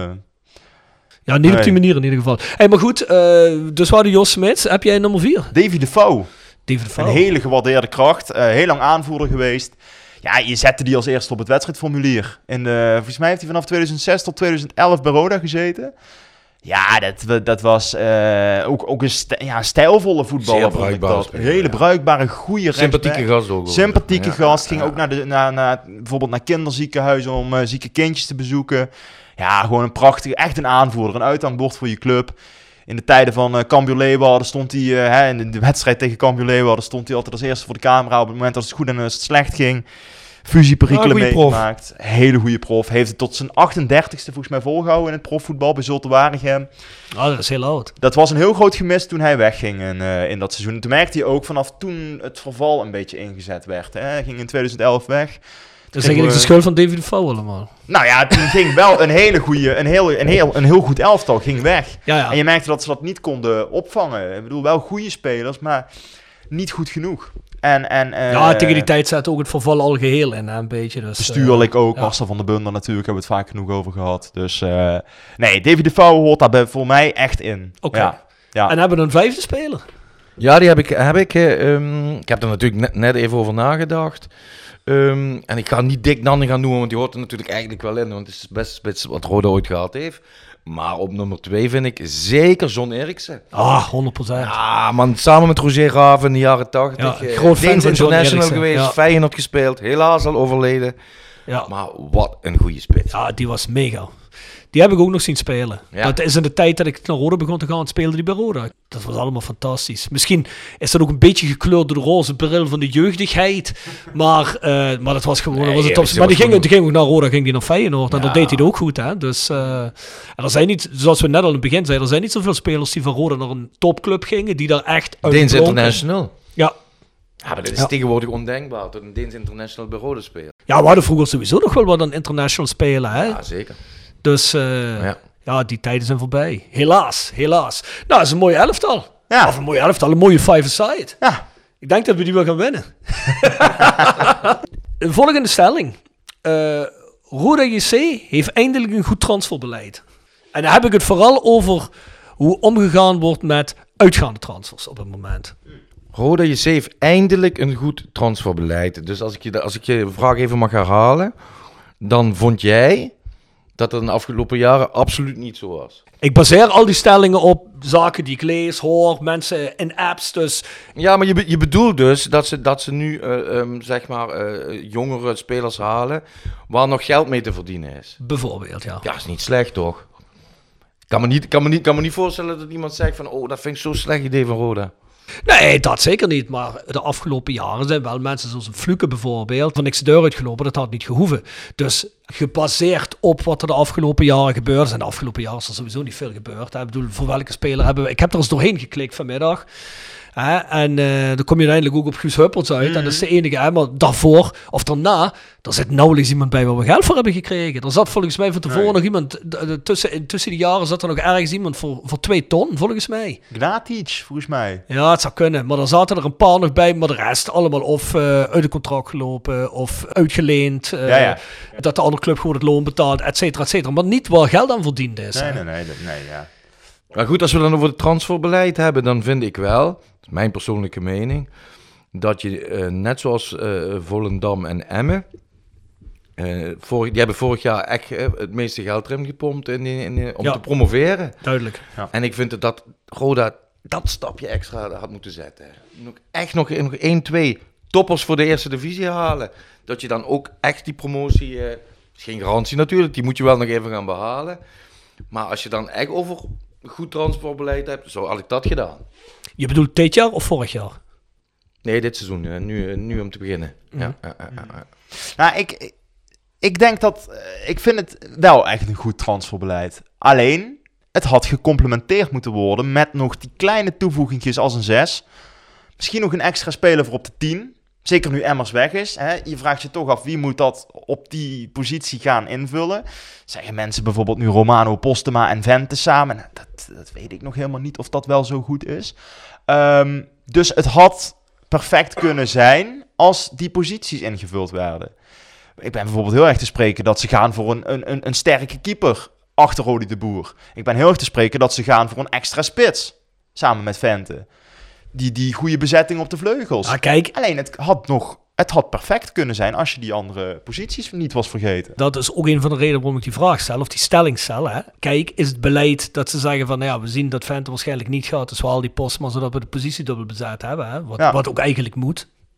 Ja, niet op die manier in ieder geval. Hey, maar goed, dus waar de Jos Smits. Heb jij nummer 4? Davy de Pauw. Een hele gewaardeerde kracht. Heel lang aanvoerder geweest. Ja, je zette die als eerste op het wedstrijdformulier. Volgens mij heeft hij vanaf 2006 tot 2011 bij Roda gezeten. Ja, dat was ook een stijlvolle voetballer. Zeer bruikbaar. Hele bruikbare, goede sympathieke gast ook. Sympathieke gast. Ging ook bijvoorbeeld naar kinderziekenhuizen om zieke kindjes te bezoeken. Ja, gewoon een prachtige, echt een aanvoerder. Een uithangbord voor je club. In de tijden van Cambuur Leeuwarden stond hij, in de wedstrijd tegen Cambuur Leeuwarden, stond hij altijd als eerste voor de camera op het moment dat het goed en als het slecht ging. Fusieperikelen meegemaakt. Hele goede prof. Heeft het tot zijn 38ste volgens mij volgehouden in het profvoetbal bij Zulte Waregem. Dat is heel oud. Dat was een heel groot gemis toen hij wegging in dat seizoen. En toen merkte hij ook vanaf toen het verval een beetje ingezet werd. Hè. Hij ging in 2011 weg. Dat is eigenlijk de schuld van David de Vouw allemaal. Nou ja, toen ging wel een hele goede, een heel goed elftal ging weg. Ja. En je merkte dat ze dat niet konden opvangen. Ik bedoel, wel goede spelers, maar niet goed genoeg. Tegen die tijd zat ook het verval al geheel in, een beetje. Dus, bestuurlijk ook, Marcel van der Bunder natuurlijk, hebben we het vaak genoeg over gehad. Dus nee, David de Vouw hoort daar voor mij echt in. Oké. Ja. En hebben we een 5e speler? Ja, die heb ik. Ik heb er natuurlijk net even over nagedacht. En ik ga niet Dick Nanne gaan noemen, want die hoort er natuurlijk eigenlijk wel in. Want het is best wat Roda ooit gehad heeft. Maar op nummer 2 vind ik zeker John Eriksen. 100%. Ja, man, samen met Roger Graven in de jaren 80. Groot fan Deens van John International Eriksen, geweest, Feyenoord gespeeld. Helaas al overleden. Ja. Maar wat een goede spits. Ja, die was mega. Die heb ik ook nog zien spelen. Ja. Dat is in de tijd dat ik naar Roda begon te gaan, speelde die bij Roda. Dat was allemaal fantastisch. Misschien is dat ook een beetje gekleurd door de roze bril van de jeugdigheid. Maar dat was gewoon... Nee, was het top. Maar die ging ook naar Roda, ging die naar Feyenoord. En dat deed hij ook goed. Hè? Dus, en er zijn niet, zoals we net al in het begin zeiden, er zijn niet zoveel spelers die van Roda naar een topclub gingen, die daar echt uit Deens International. Ja. Ja, maar dat is tegenwoordig ondenkbaar, dat een Deens International bij Roda speelt. Ja, we hadden vroeger sowieso nog wel wat aan international spelen. Hè? Ja, zeker. Dus die tijden zijn voorbij. Helaas. Nou, dat is een mooie elftal. Ja. Of een mooie elftal, een mooie five-a-side. Ja. Ik denk dat we die wel gaan winnen. De volgende stelling. Roda JC heeft eindelijk een goed transferbeleid. En dan heb ik het vooral over hoe omgegaan wordt met uitgaande transfers op het moment. Roda JC heeft eindelijk een goed transferbeleid. Dus als ik je vraag even mag herhalen, dan vond jij dat het in de afgelopen jaren absoluut niet zo was. Ik baseer al die stellingen op zaken die ik lees, hoor, mensen in apps, dus... Ja, maar je bedoelt dus dat ze nu, jongere spelers halen waar nog geld mee te verdienen is. Bijvoorbeeld, ja. Ja, is niet slecht, toch? Ik kan me niet voorstellen dat iemand zegt van, dat vind ik zo'n slecht idee van Roda. Nee, dat zeker niet. Maar de afgelopen jaren zijn wel mensen zoals een Fluke bijvoorbeeld van niks de deur uitgelopen. Dat had niet gehoeven. Dus gebaseerd op wat er de afgelopen jaren gebeurd is. En de afgelopen jaren is er sowieso niet veel gebeurd. Ik bedoel, voor welke speler hebben we... Ik heb er eens doorheen geklikt vanmiddag. En dan kom je uiteindelijk ook op Guus Huppels uit. En dat is de enige. Maar daarvoor of daarna, er zit nauwelijks iemand bij waar we geld voor hebben gekregen. Er zat volgens mij van tevoren nog iemand... Tussen die jaren zat er nog ergens iemand voor 2 ton, volgens mij. Gnatic, volgens mij. Ja, het zou kunnen. Maar er zaten er een paar nog bij. Maar de rest allemaal of uit het contract gelopen of uitgeleend. Dat de andere club gewoon het loon betaalt, et cetera, et cetera. Maar niet waar geld aan verdiend is. Nee, ja. Maar goed, als we dan over het transferbeleid hebben, dan vind ik wel, dat is mijn persoonlijke mening, dat je net zoals Volendam en Emmen, die hebben vorig jaar echt het meeste geld erin gepompt om te promoveren. Duidelijk. Ja. En ik vind dat Roda dat stapje extra had moeten zetten. Nog 1, 2 toppers voor de eerste divisie halen. Dat je dan ook echt die promotie, is geen garantie natuurlijk, die moet je wel nog even gaan behalen. Maar als je dan echt over goed transferbeleid hebt, zo had ik dat gedaan. Je bedoelt dit jaar of vorig jaar? Nee, dit seizoen. Nu om te beginnen. Ja. Nou, ik denk dat... Ik vind het wel echt een goed transferbeleid. Alleen, het had gecomplementeerd moeten worden met nog die kleine toevoegingjes als een 6. Misschien nog een extra speler voor op de 10. Zeker nu Emmers weg is. Hè? Je vraagt je toch af, wie moet dat op die positie gaan invullen? Zeggen mensen bijvoorbeeld nu Romano, Postema en Vente samen? Nou, dat weet ik nog helemaal niet of dat wel zo goed is. Dus het had perfect kunnen zijn als die posities ingevuld werden. Ik ben bijvoorbeeld heel erg te spreken dat ze gaan voor een sterke keeper achter Rodi de Boer. Ik ben heel erg te spreken dat ze gaan voor een extra spits samen met Vente. Die goede bezetting op de vleugels. Ah, kijk. Alleen het had perfect kunnen zijn als je die andere posities niet was vergeten. Dat is ook een van de redenen waarom ik die vraag stel, of die stelling stel. Hè. Kijk, is het beleid dat ze zeggen van, we zien dat Vente waarschijnlijk niet gaat, dus we halen die post maar zodat we de positie dubbel bezet hebben. Hè. Wat ook eigenlijk moet.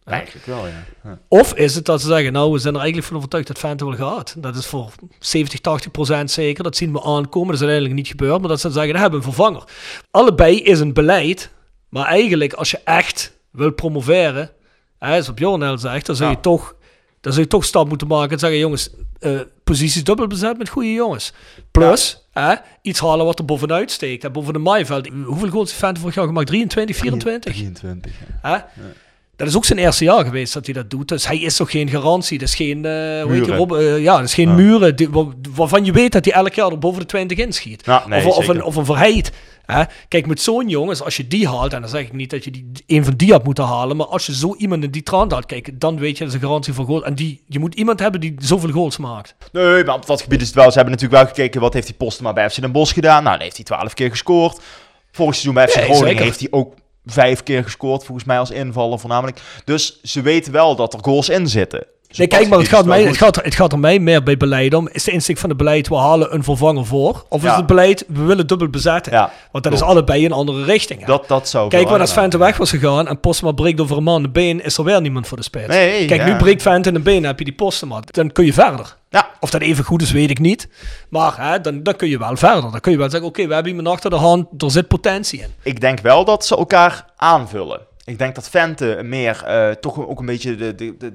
Eigenlijk wel, ja. Of is het dat ze zeggen, nou, we zijn er eigenlijk van overtuigd dat Vente wel gaat. Dat is voor 70-80% zeker. Dat zien we aankomen. Dat is uiteindelijk niet gebeurd. Maar dat ze zeggen, we hebben een vervanger. Allebei is een beleid. Maar eigenlijk, als je echt wil promoveren, zoals Bjorn zegt, dan zou je toch stap moeten maken en zeggen, jongens, posities dubbel bezet met goede jongens. Plus, iets halen wat er bovenuit steekt. Boven de maaiveld. Hoeveel goals heeft Vente vorig jaar gemaakt? 23, 24? 23, ja. Dat is ook zijn eerste jaar geweest dat hij dat doet. Dus hij is toch geen garantie. Dat is geen, dat is geen muren waarvan je weet dat hij elk jaar er boven de 20 inschiet. Ja, nee, of een Verheid. Kijk, met zo'n jongens, als je die haalt, en dan zeg ik niet dat je een van die had moeten halen, maar als je zo iemand in die trant haalt, kijk, dan weet je dat is een garantie voor goal. En je moet iemand hebben die zoveel goals maakt. Nee, maar op dat gebied is het wel. Ze hebben natuurlijk wel gekeken, wat heeft die Postema bij FC Den Bosch gedaan? Nou, dan heeft hij 12 keer gescoord. Vorig seizoen bij FC Groningen heeft hij ook 5 keer gescoord, volgens mij als invaller voornamelijk. Dus ze weten wel dat er goals in zitten. Nee, kijk, maar het gaat er mij meer bij beleid om. Is de insteek van het beleid, we halen een vervanger voor? Of is het beleid, we willen dubbel bezetten? Ja, want dat is allebei een andere richting. Dat zou kijk, waar als Vente weg was gegaan en Postema breekt over een man de been, is er weer niemand voor de spits. Nee, kijk, nu breekt Vente in de been, dan heb je die Postema. Dan kun je verder. Ja. Of dat even goed is, weet ik niet. Maar dan kun je wel verder. Dan kun je wel zeggen, oké, we hebben iemand achter de hand, er zit potentie in. Ik denk wel dat ze elkaar aanvullen. Ik denk dat Vente meer toch ook een beetje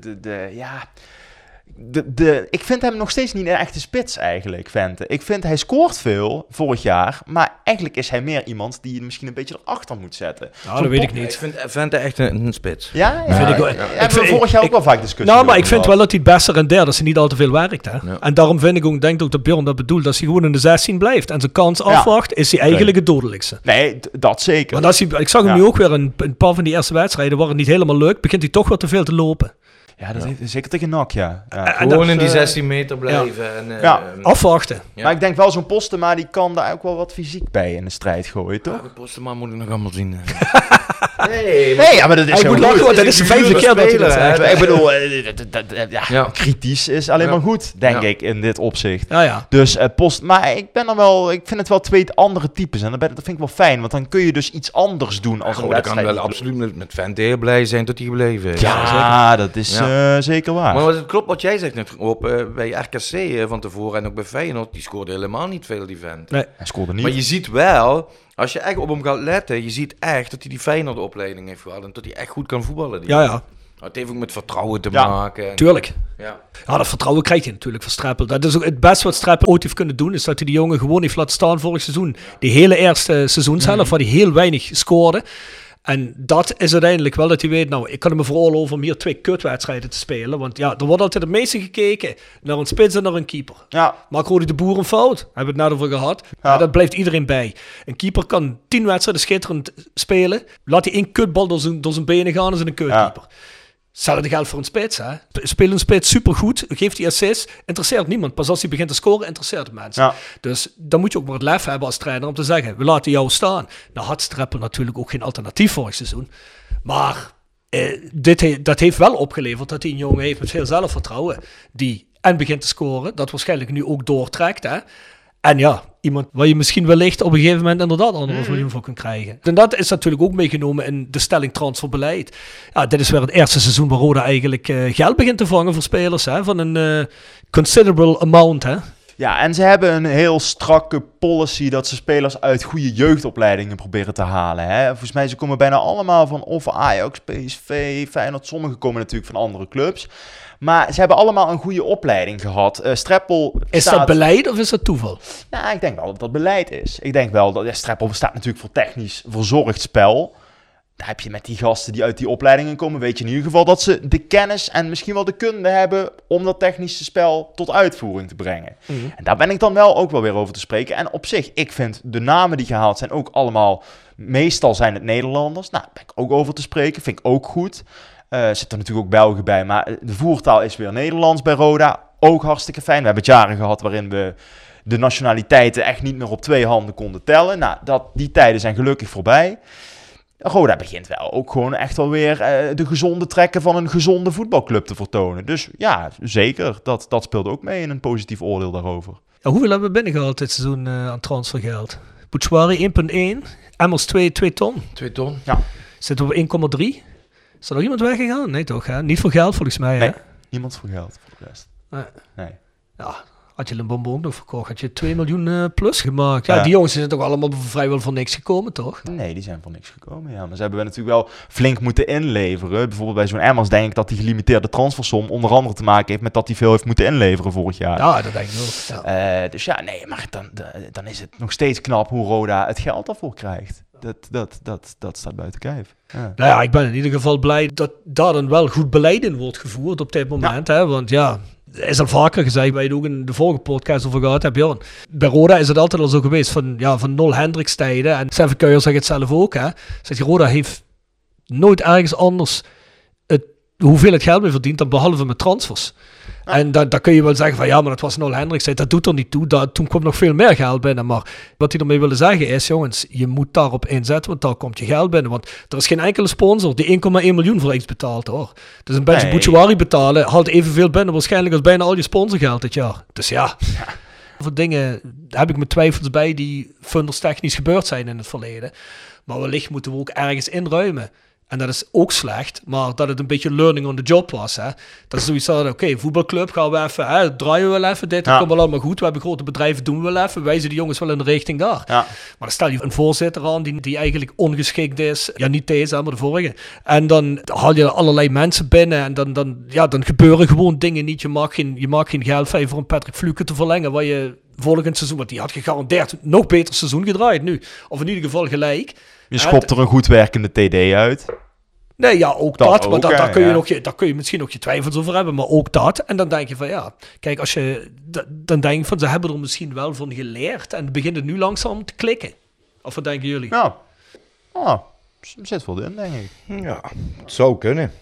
ik vind hem nog steeds niet een echte spits eigenlijk, Vente. Ik vind hij scoort veel vorig jaar, maar eigenlijk is hij meer iemand die je misschien een beetje erachter moet zetten. Nou, dat weet ik niet. Ik vind Vente echt een spits. Ja? Hebben we vorig jaar ook wel vaak discussie. Nou, maar ik vind wel dat hij het beste rendeert als hij niet al te veel werkt. Hè? Ja. En daarom denk ik dat Bjorn dat bedoelt, dat hij gewoon in de 16 blijft en zijn kans afwacht, is hij eigenlijk het dodelijkste. Nee, dat zeker. Want ik zag hem nu ook weer een paar van die eerste wedstrijden, waar het niet helemaal lukt, begint hij toch wel te veel te lopen. Ja, dat is zeker tegen NAC, ja. Gewoon in die 16 meter blijven. Ja. En, afwachten. Ja. Maar ik denk wel, zo'n Postema, die kan daar ook wel wat fysiek bij in de strijd gooien, toch? Ja, de Postema moet ik nog allemaal zien. Nee, maar dat is heel goed. Dat is de 5e keer dat hij dat zegt. Ik bedoel, kritisch is alleen maar goed, denk ik, in dit opzicht. Ja. Dus maar ik vind het wel 2 andere types. En dat vind ik wel fijn, want dan kun je dus iets anders doen als een wedstrijd. Ik kan wel absoluut met Vente heel blij zijn dat hij gebleven is. Ja, dat is zeker waar. Maar het klopt wat jij zegt net op bij RKC van tevoren en ook bij Feyenoord, die scoorde helemaal niet veel, die vent. Nee, hij scoorde niet. Maar je ziet wel, als je echt op hem gaat letten, je ziet echt dat hij die Feyenoord-opleiding heeft gehad en dat hij echt goed kan voetballen. Ja. Het heeft ook met vertrouwen te maken. Tuurlijk. Ja, dat vertrouwen krijg je natuurlijk van Streppel. Dat is ook het beste wat Streppel ooit heeft kunnen doen, is dat hij die jongen gewoon heeft laten staan vorig seizoen. Die hele eerste seizoenshelft, waar hij heel weinig scoorde. En dat is uiteindelijk wel dat hij weet, nou, ik kan me veroorloven om hier 2 kutwedstrijden te spelen. Want ja, er wordt altijd het meeste gekeken naar een spits en naar een keeper. Ja. Maakt Rodi de Boer een fout? Hebben we het net over gehad. Ja. Dat blijft iedereen bij. Een keeper kan 10 wedstrijden schitterend spelen. Laat hij 1 kutbal door zijn benen gaan, is een kutkeeper. Ja. Hetzelfde geldt voor een spits. Hè? Speel een spits supergoed, geeft die assist, interesseert niemand. Pas als hij begint te scoren, interesseert het mensen. Ja. Dus dan moet je ook maar het lef hebben als trainer om te zeggen, we laten jou staan. Nou had Streppel natuurlijk ook geen alternatief vorig seizoen. Maar dat heeft wel opgeleverd dat hij een jongen heeft met veel zelfvertrouwen. Die begint te scoren, dat waarschijnlijk nu ook doortrekt. Hè? En ja, iemand waar je misschien wellicht op een gegeven moment inderdaad 1,5 miljoen voor kunt krijgen. En dat is natuurlijk ook meegenomen in de stelling transferbeleid. Ja, dit is weer het eerste seizoen waar Roda eigenlijk geld begint te vangen voor spelers. Hè, van een considerable amount. Hè. Ja, en ze hebben een heel strakke policy dat ze spelers uit goede jeugdopleidingen proberen te halen. Hè. Volgens mij, ze komen bijna allemaal van of Ajax, PSV, Feyenoord. Sommigen komen natuurlijk van andere clubs. Maar ze hebben allemaal een goede opleiding gehad. Streppel is dat beleid of is dat toeval? Nou, ik denk wel dat dat beleid is. Ik denk wel dat Streppel staat natuurlijk voor technisch verzorgd spel. Daar heb je met die gasten die uit die opleidingen komen, weet je in ieder geval dat ze de kennis en misschien wel de kunde hebben om dat technische spel tot uitvoering te brengen. Mm-hmm. En daar ben ik dan wel ook wel weer over te spreken. En op zich, ik vind de namen die gehaald zijn ook allemaal, meestal zijn het Nederlanders. Nou, daar ben ik ook over te spreken, vind ik ook goed. Zitten er natuurlijk ook Belgen bij, maar de voertaal is weer Nederlands bij Roda. Ook hartstikke fijn. We hebben het jaren gehad waarin we de nationaliteiten echt niet meer op 2 handen konden tellen. Nou, die tijden zijn gelukkig voorbij. Roda begint wel ook gewoon echt wel weer de gezonde trekken van een gezonde voetbalclub te vertonen. Dus ja, zeker. Dat speelt ook mee in een positief oordeel daarover. Ja, hoeveel hebben we binnengehaald dit seizoen aan transfergeld? Bouchouari 1,1. Emmers 2 ton. 2 ton. Ja. Zitten we op 1,3. Is er nog iemand weggegaan? Nee toch, hè? Niet voor geld volgens mij, hè? Nee, niemand voor geld voor de rest. Nee. Ja, had je Limbombe ook nog verkocht, had je 2 miljoen plus gemaakt. Ja, die jongens zijn toch allemaal vrijwel voor niks gekomen, toch? Nee, die zijn voor niks gekomen, ja. Maar ze hebben natuurlijk wel flink moeten inleveren. Bijvoorbeeld bij zo'n Emmers denk ik dat die gelimiteerde transfersom onder andere te maken heeft met dat hij veel heeft moeten inleveren vorig jaar. Ja, dat denk ik ook. Ja. Dus ja, nee, maar dan is het nog steeds knap hoe Roda het geld daarvoor krijgt. Dat staat buiten kijf. Ja. Nou ja, ik ben in ieder geval blij dat daar dan wel goed beleid in wordt gevoerd op dit moment. Ja. Hè? Want ja, er is al vaker gezegd, waar je het ook in de vorige podcast over gehad hebt, Jan. Bij Roda is het altijd al zo geweest van Nol Hendricks tijden. En Sven Kuijer zegt het zelf ook. Hè? Zegt Roda heeft nooit ergens anders hoeveel het geld mee verdient dan behalve met transfers. Ja. En dan kun je wel zeggen van ja, maar dat was Nol Hendricks. Dat doet er niet toe. Toen kwam nog veel meer geld binnen. Maar wat hij ermee wilde zeggen is, jongens, je moet daarop inzetten, want daar komt je geld binnen. Want er is geen enkele sponsor die 1,1 miljoen voor iets betaalt, hoor. Dus een beetje Bouchouari betalen haalt evenveel binnen waarschijnlijk als bijna al je sponsorgeld dit jaar. Dus ja. Voor dingen heb ik mijn twijfels bij die funders technisch gebeurd zijn in het verleden. Maar wellicht moeten we ook ergens inruimen. En dat is ook slecht, maar dat het een beetje learning on the job was. Hè? Dat is zoiets van, oké, voetbalclub gaan we even, draaien we wel even dit, dat komt wel allemaal goed. We hebben grote bedrijven, doen we wel even, wijzen die jongens wel in de richting daar. Ja. Maar dan stel je een voorzitter aan die eigenlijk ongeschikt is. Ja, niet deze, maar de vorige. En dan haal je allerlei mensen binnen en dan gebeuren gewoon dingen niet. Je mag geen geld vijf voor een Patrick Fluke te verlengen, waar je volgend seizoen, want die had gegarandeerd nog beter seizoen gedraaid nu. Of in ieder geval gelijk. Je schopt er een goed werkende TD uit. Nee, ja, ook dat. Maar daar kun je misschien nog je twijfels over hebben. Maar ook dat. En dan denk je van ja, kijk, dan denk je van ze hebben er misschien wel van geleerd. En het begint het nu langzaam te klikken. Of wat denken jullie? Ja, zit wel in, denk ik. Ja, het zou kunnen.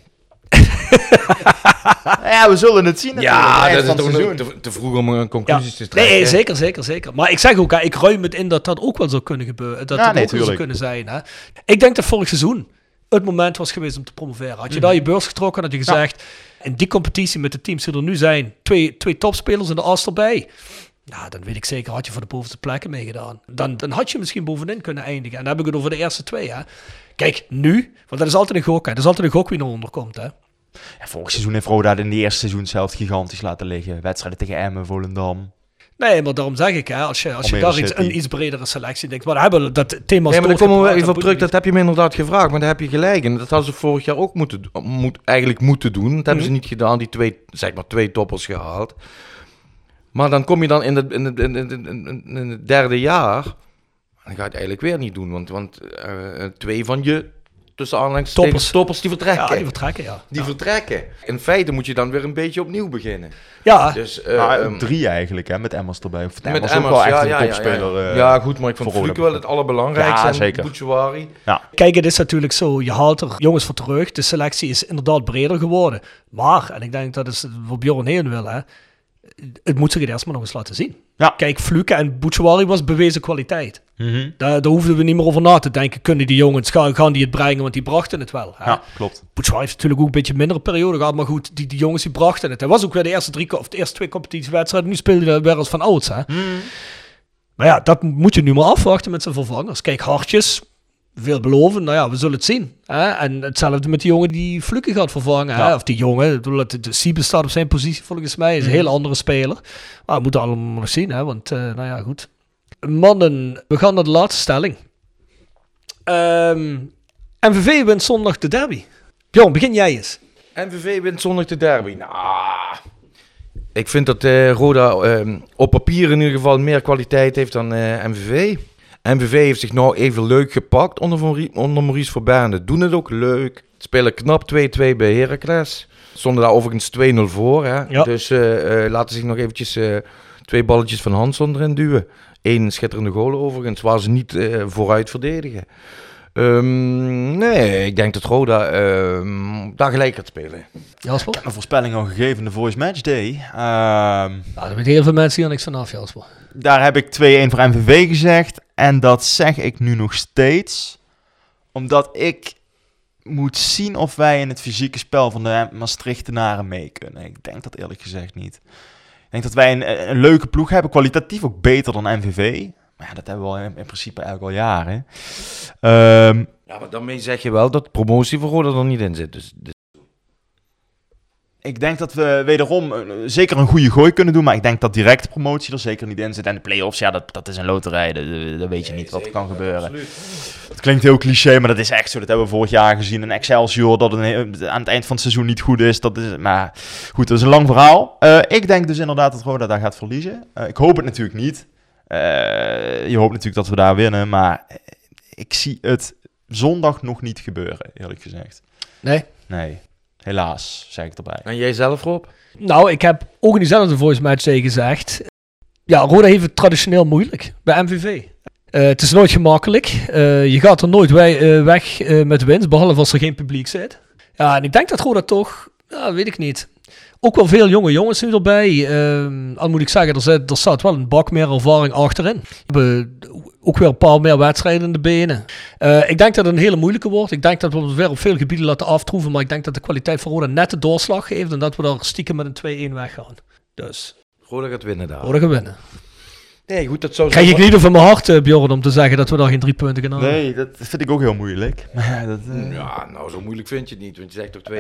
Ja, we zullen het zien. Ja, dat is toch te vroeg om een conclusie te trekken. Nee, zeker. Maar ik zeg ook, ik ruim het in dat ook wel zou kunnen gebeuren. Dat ook wel zou kunnen zijn. Hè. Ik denk dat vorig seizoen het moment was geweest om te promoveren. Had je daar je beurs getrokken, had je gezegd, in die competitie met de teams die er nu zijn, twee topspelers in de as erbij. Nou, dan weet ik zeker, had je voor de bovenste plekken meegedaan. Dan had je misschien bovenin kunnen eindigen. En dan heb ik het over de eerste 2. Hè. Kijk, nu, want dat is altijd een gok. Hè. Dat is altijd een gok wie naar onder komt. Hè. Ja, vorig seizoen heeft Roda in de eerste seizoen zelf gigantisch laten liggen. Wedstrijden tegen Emmen, Volendam. Nee, maar daarom zeg ik, hè, als je daar een iets bredere selectie denkt. Maar dan hebben we dat thema. Nee, maar dan komen we even op terug. Dat heb je me inderdaad gevraagd, maar daar heb je gelijk. En dat hadden ze vorig jaar ook moeten doen. Dat hebben ze niet gedaan, die twee toppers gehaald. Maar dan kom je dan in het derde jaar. Dan ga je het eigenlijk weer niet doen. Want 2 van je tussen aanhalingstekens toppers die vertrekken. Ja, die vertrekken, ja. Die vertrekken. In feite moet je dan weer een beetje opnieuw beginnen. Ja. Dus, 3 eigenlijk, hè, met Emmers erbij. Met Emmers ook wel echt een topspeler. Ja, goed, maar ik vond Fluke wel het allerbelangrijkste. Ja, zeker. Bouchouari. Ja. Kijk, het is natuurlijk zo, je haalt er jongens voor terug. De selectie is inderdaad breder geworden. Maar, en ik denk dat is wat Bjorn heen wil, hè. Het moet zich eerst maar nog eens laten zien. Ja. Kijk, Fluke en Bouchouari was bewezen kwaliteit. Mm-hmm. Daar hoefden we niet meer over na te denken. Kunnen die jongens, gaan die het brengen? Want die brachten het wel. Hè? Ja, klopt. Bouchouari heeft natuurlijk ook een beetje mindere periode gehad. Maar goed, die jongens die brachten het. Hij was ook weer de eerste 2 competitiewedstrijden. Nu speelde hij weer als van ouds. Hè? Mm. Maar ja, dat moet je nu maar afwachten met zijn vervangers. Kijk, Hartjes, veel beloven. Nou ja, we zullen het zien. Hè? En hetzelfde met die jongen die Fluke gaat vervangen. Ja. Hè? Of die jongen, de Siebe staat op zijn positie volgens mij. Is een heel andere speler. Maar we moeten allemaal nog zien. Hè? Want, nou ja, goed. Mannen, we gaan naar de laatste stelling. MVV wint zondag de derby. Bjorn, begin jij eens. MVV wint zondag de derby. Nou, ik vind dat Roda op papier in ieder geval meer kwaliteit heeft dan MVV. MVV heeft zich nou even leuk gepakt onder Maurice Verberne. Doen het ook leuk. Spelen knap 2-2 bij Heracles. Stonden daar overigens 2-0 voor. Hè? Ja. Dus laten zich nog eventjes 2 balletjes van Hansson erin duwen. 1 schitterende goal overigens, waar ze niet vooruit verdedigen. Nee, ik denk dat Roda daar gelijk gaat spelen. Jasper? Ik heb een voorspelling al gegeven in de Voice Match Day. Er zijn heel veel mensen hier niks vanaf, Jasper. Daar heb ik 2-1 voor MVV gezegd. En dat zeg ik nu nog steeds. Omdat ik moet zien of wij in het fysieke spel van de Maastrichtenaren mee kunnen. Ik denk dat eerlijk gezegd niet. Ik denk dat wij een leuke ploeg hebben. Kwalitatief ook beter dan MVV. Maar ja, dat hebben we al in principe eigenlijk al jaren. Ja, maar daarmee zeg je wel dat promotie voor Roda er niet in zit. Dus... Ik denk dat we wederom zeker een goede gooi kunnen doen, maar ik denk dat directe promotie er zeker niet in zit. En de play-offs, ja, dat is een loterij. Dat weet je niet wat er kan gebeuren. Absoluut. Het klinkt heel cliché, maar dat is echt zo. Dat hebben we vorig jaar gezien. Een Excelsior dat aan het eind van het seizoen niet goed is. Maar goed, dat is een lang verhaal. Ik denk dus inderdaad dat Roda daar gaat verliezen. Ik hoop het natuurlijk niet. Je hoopt natuurlijk dat we daar winnen, maar ik zie het zondag nog niet gebeuren, eerlijk gezegd. Nee. Helaas, zeg ik erbij. En jij zelf, Rob? Nou, ik heb ook in diezelfde voice match gezegd. Ja, Roda heeft het traditioneel moeilijk bij MVV. Het is nooit gemakkelijk. Je gaat er nooit weg met winst, behalve als er geen publiek zit. Ja, en ik denk dat Roda toch, weet ik niet. Ook wel veel jonge jongens nu erbij. Al moet ik zeggen, er staat wel een bak meer ervaring achterin. We hebben ook weer een paar meer wedstrijden in de benen. Ik denk dat het een hele moeilijke wordt. Ik denk dat we het weer op veel gebieden laten aftroeven. Maar ik denk dat de kwaliteit van Roda net de doorslag geeft. En dat we daar stiekem met een 2-1 weggaan. Dus Roda gaat winnen daar. Roda gaat winnen. Nee, goed, dat zou... Krijg ik niet van mijn hart, Bjorn, om te zeggen dat we daar geen 3 punten gaan halen. Nee, dat vind ik ook heel moeilijk. Ja, nou, zo moeilijk vind je het niet, want je zegt toch 2-1.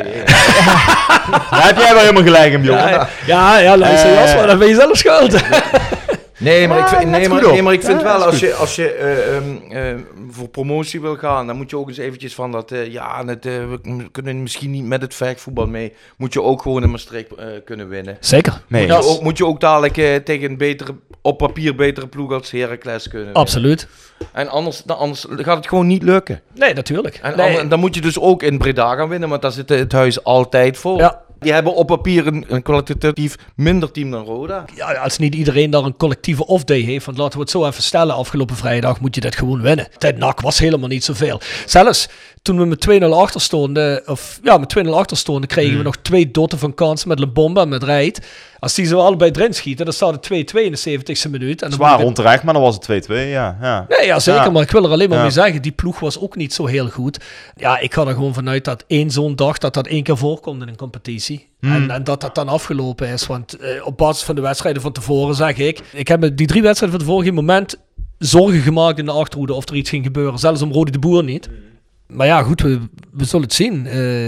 Daar heb jij wel helemaal gelijk in, Bjorn. Ja, luister, Jasper, dan ben je zelf schuld. Nee, maar ik vind wel, als je voor promotie wil gaan, dan moet je ook eens eventjes van dat, we kunnen misschien niet met het vechtvoetbal mee, moet je ook gewoon in Maastricht kunnen winnen. Zeker. Moet je ook dadelijk tegen een op papier betere ploeg als Heracles kunnen winnen. Absoluut. En anders gaat het gewoon niet lukken. Nee, natuurlijk. En dan moet je dus ook in Breda gaan winnen, want daar zit het huis altijd vol. Ja. Die hebben op papier een kwalitatief minder team dan Roda. Ja, als niet iedereen daar een collectieve off-day heeft, want laten we het zo even stellen, afgelopen vrijdag moet je dit gewoon winnen. Tijd NAC was helemaal niet zoveel. Zelfs toen we met 2-0 achter stonden, kregen we nog 2 dotten van kansen met Lebomba en met Rijt. Als die zo allebei erin schieten, dan staat het 2-2 in de 70ste minuut. En zwaar onterecht, maar dan was het 2-2, ja. Nee, ja, zeker, ja. Maar ik wil er alleen maar mee zeggen, die ploeg was ook niet zo heel goed. Ja, ik ga er gewoon vanuit dat één zo'n dag, dat 1 keer voorkomt in een competitie. En dat dan afgelopen is. Want op basis van de wedstrijden van tevoren zeg ik heb met die 3 wedstrijden van tevoren geen moment zorgen gemaakt in de achterhoede of er iets ging gebeuren. Zelfs om Rode de Boer niet. Maar ja, goed, we zullen het zien.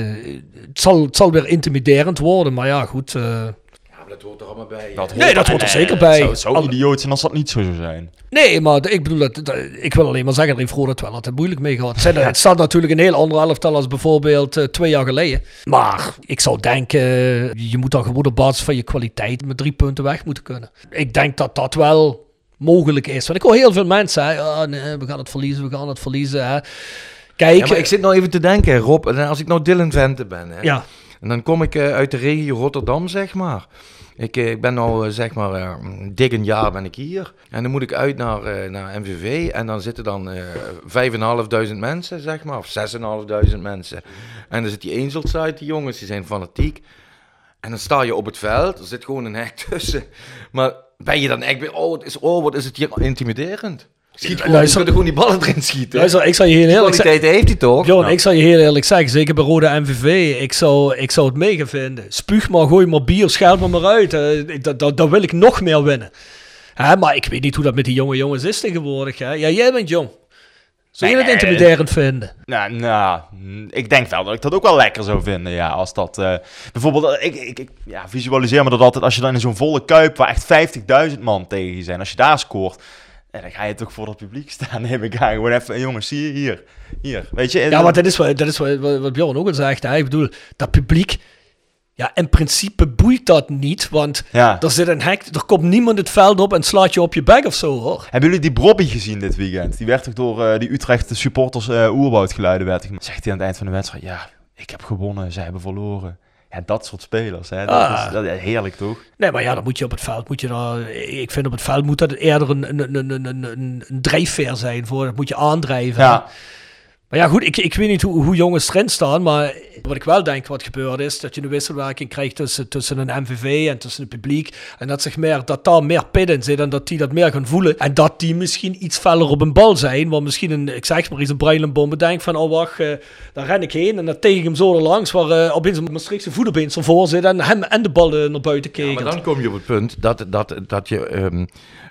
Het zal weer intimiderend worden, maar ja, goed. Dat hoort er allemaal bij. Dat hoort er zeker bij. Het zou idioot zijn als dat niet zo zou zijn. Nee, maar ik bedoel, ik wil alleen maar zeggen, dat heeft Roda het wel altijd moeilijk mee gehad. Het staat natuurlijk een heel ander elftal als bijvoorbeeld 2 jaar geleden. Maar ik zou denken, je moet dan gewoon op basis van je kwaliteit met 3 punten weg moeten kunnen. Ik denk dat dat wel mogelijk is. Want ik hoor heel veel mensen zeggen, nee, we gaan het verliezen. Hè. Kijk, ja, maar ik zit nou even te denken, Rob, als ik nou Dylan Vente ben, hè, ja. En dan kom ik uit de regio Rotterdam, zeg maar. Ik ben nou, zeg maar, dik een jaar ben ik hier. En dan moet ik uit naar MVV. En dan zitten dan 5.500 mensen, zeg maar. Of 6.500 mensen. En dan zit die Angelside, die jongens, die zijn fanatiek. En dan sta je op het veld. Er zit gewoon een hek tussen. Maar ben je dan echt... wat is het hier intimiderend. Schiet gewoon die ballen erin schieten. Luister, ik zal je heel eerlijk zeggen. Heeft hij toch? John, ik zal je heel eerlijk zeggen, zeker bij Roda MVV, ik zou het mega vinden. Spuug maar, gooi maar bier, scheld me maar uit. Dan wil ik nog meer winnen. Maar ik weet niet hoe dat met die jonge jongens is tegenwoordig. Hè? Ja, jij bent jong. Zou je het intimiderend vinden? Nou, ik denk wel dat ik dat ook wel lekker zou vinden. Ja, als dat bijvoorbeeld, ik visualiseer me dat altijd als je dan in zo'n volle Kuip waar echt 50.000 man tegen je zijn, als je daar scoort. En dan ga je toch voor het publiek staan, neem ik aan. Gewoon even, jongens, zie je hier. Weet je? Ja, want dat is wat Bjorn ook al zegt. Hè? Ik bedoel, dat publiek, ja, in principe boeit dat niet. Want er zit een hek, er komt niemand het veld op en slaat je op je bek of zo, hoor. Hebben jullie die Brobby gezien dit weekend? Die werd toch door die Utrechtse supporters oerwoudgeluiden werd gemaakt. Zegt hij aan het eind van de wedstrijd, ja, ik heb gewonnen, zij hebben verloren. Ja, dat soort spelers, hè. Dat is heerlijk, toch? Nee, maar ja, dan moet je op het veld, ik vind op het veld moet dat eerder een drijfveer zijn, dat moet je aandrijven. Ja. Maar ja, goed, ik weet niet hoe jongens erin staan, maar wat ik wel denk wat gebeurd is, dat je een wisselwerking krijgt tussen een MVV en tussen het publiek. En dat daar meer pit in zit en dat die dat meer gaan voelen. En dat die misschien iets feller op een bal zijn, waar misschien een Brian Bombe denkt van, oh wacht, daar ren ik heen en dan tegen hem zo er langs, waar opeens een Maastrichtse voederbeens ervoor zit en hem en de bal naar buiten keken. Ja, maar dan kom je op het punt dat je...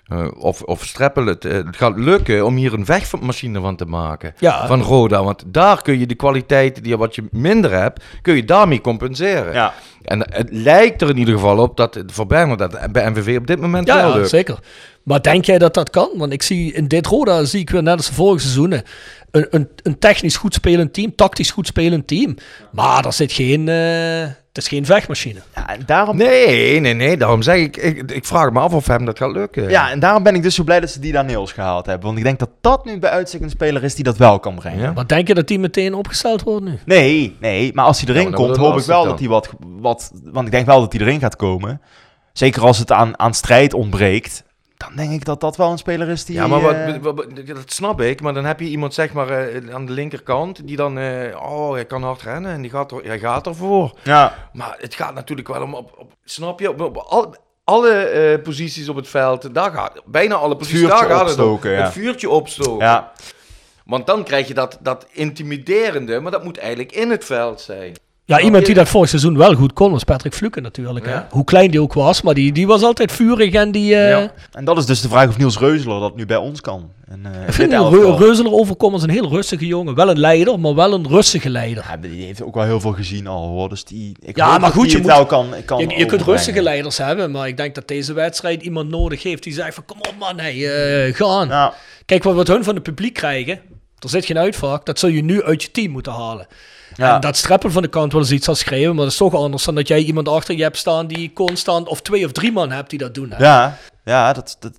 Of Streppel het gaat lukken om hier een vechtmachine van te maken. Ja. Van Roda. Want daar kun je de kwaliteit wat je minder hebt, kun je daarmee compenseren. Ja. En het lijkt er in ieder geval op dat voor Bernhard dat bij MVV op dit moment wel lukt. Ja, zeker. Maar denk jij dat kan? Want ik zie in dit Roda weer net als de vorige seizoenen een technisch goed spelend team, tactisch goed spelend team. Maar er zit geen... Het is geen vechtmachine. Ja, en daarom... Nee. Daarom zeg ik vraag me af of hem dat gaat lukken. Ja, en daarom ben ik dus zo blij dat ze die Daniels gehaald hebben. Want ik denk dat nu bij uitstek een speler is die dat wel kan brengen. Ja. Maar denk je dat die meteen opgesteld wordt nu? Nee. Maar als hij erin komt, hoop ik wel dat hij wat... Want ik denk wel dat hij erin gaat komen. Zeker als het aan strijd ontbreekt. Dan denk ik dat wel een speler is die... Ja, maar dat snap ik. Maar dan heb je iemand zeg maar aan de linkerkant die dan... hij kan hard rennen en hij gaat ervoor. Ja. Maar het gaat natuurlijk wel om... snap je? Op alle posities op het veld. Daar gaat bijna alle posities. Vuurtje daar gaat opstoken, het vuurtje opstoken. Ja. Want dan krijg je dat intimiderende. Maar dat moet eigenlijk in het veld zijn. Ja, iemand die dat vorig seizoen wel goed kon, was Patrick Fluken natuurlijk. Ja. Hè? Hoe klein die ook was, maar die was altijd vurig en die... Ja. En dat is dus de vraag of Niels Reuzeler dat nu bij ons kan. Ik vind Reuzeler overkomen als een heel rustige jongen. Wel een leider, maar wel een rustige leider. Ja, die heeft ook wel heel veel gezien al, hoor. Dus maar goed, je kunt rustige leiders leiders hebben, maar ik denk dat deze wedstrijd iemand nodig heeft die zegt van, kom op man, gaan. Ja. Kijk, wat hun van het publiek krijgen, er zit geen uitvak, dat zul je nu uit je team moeten halen. Ja. En dat Streppel van de kant wel eens iets zal schrijven, maar dat is toch anders dan dat jij iemand achter je hebt staan die constant of 2 of 3 man hebt die dat doen. Hè? Ja,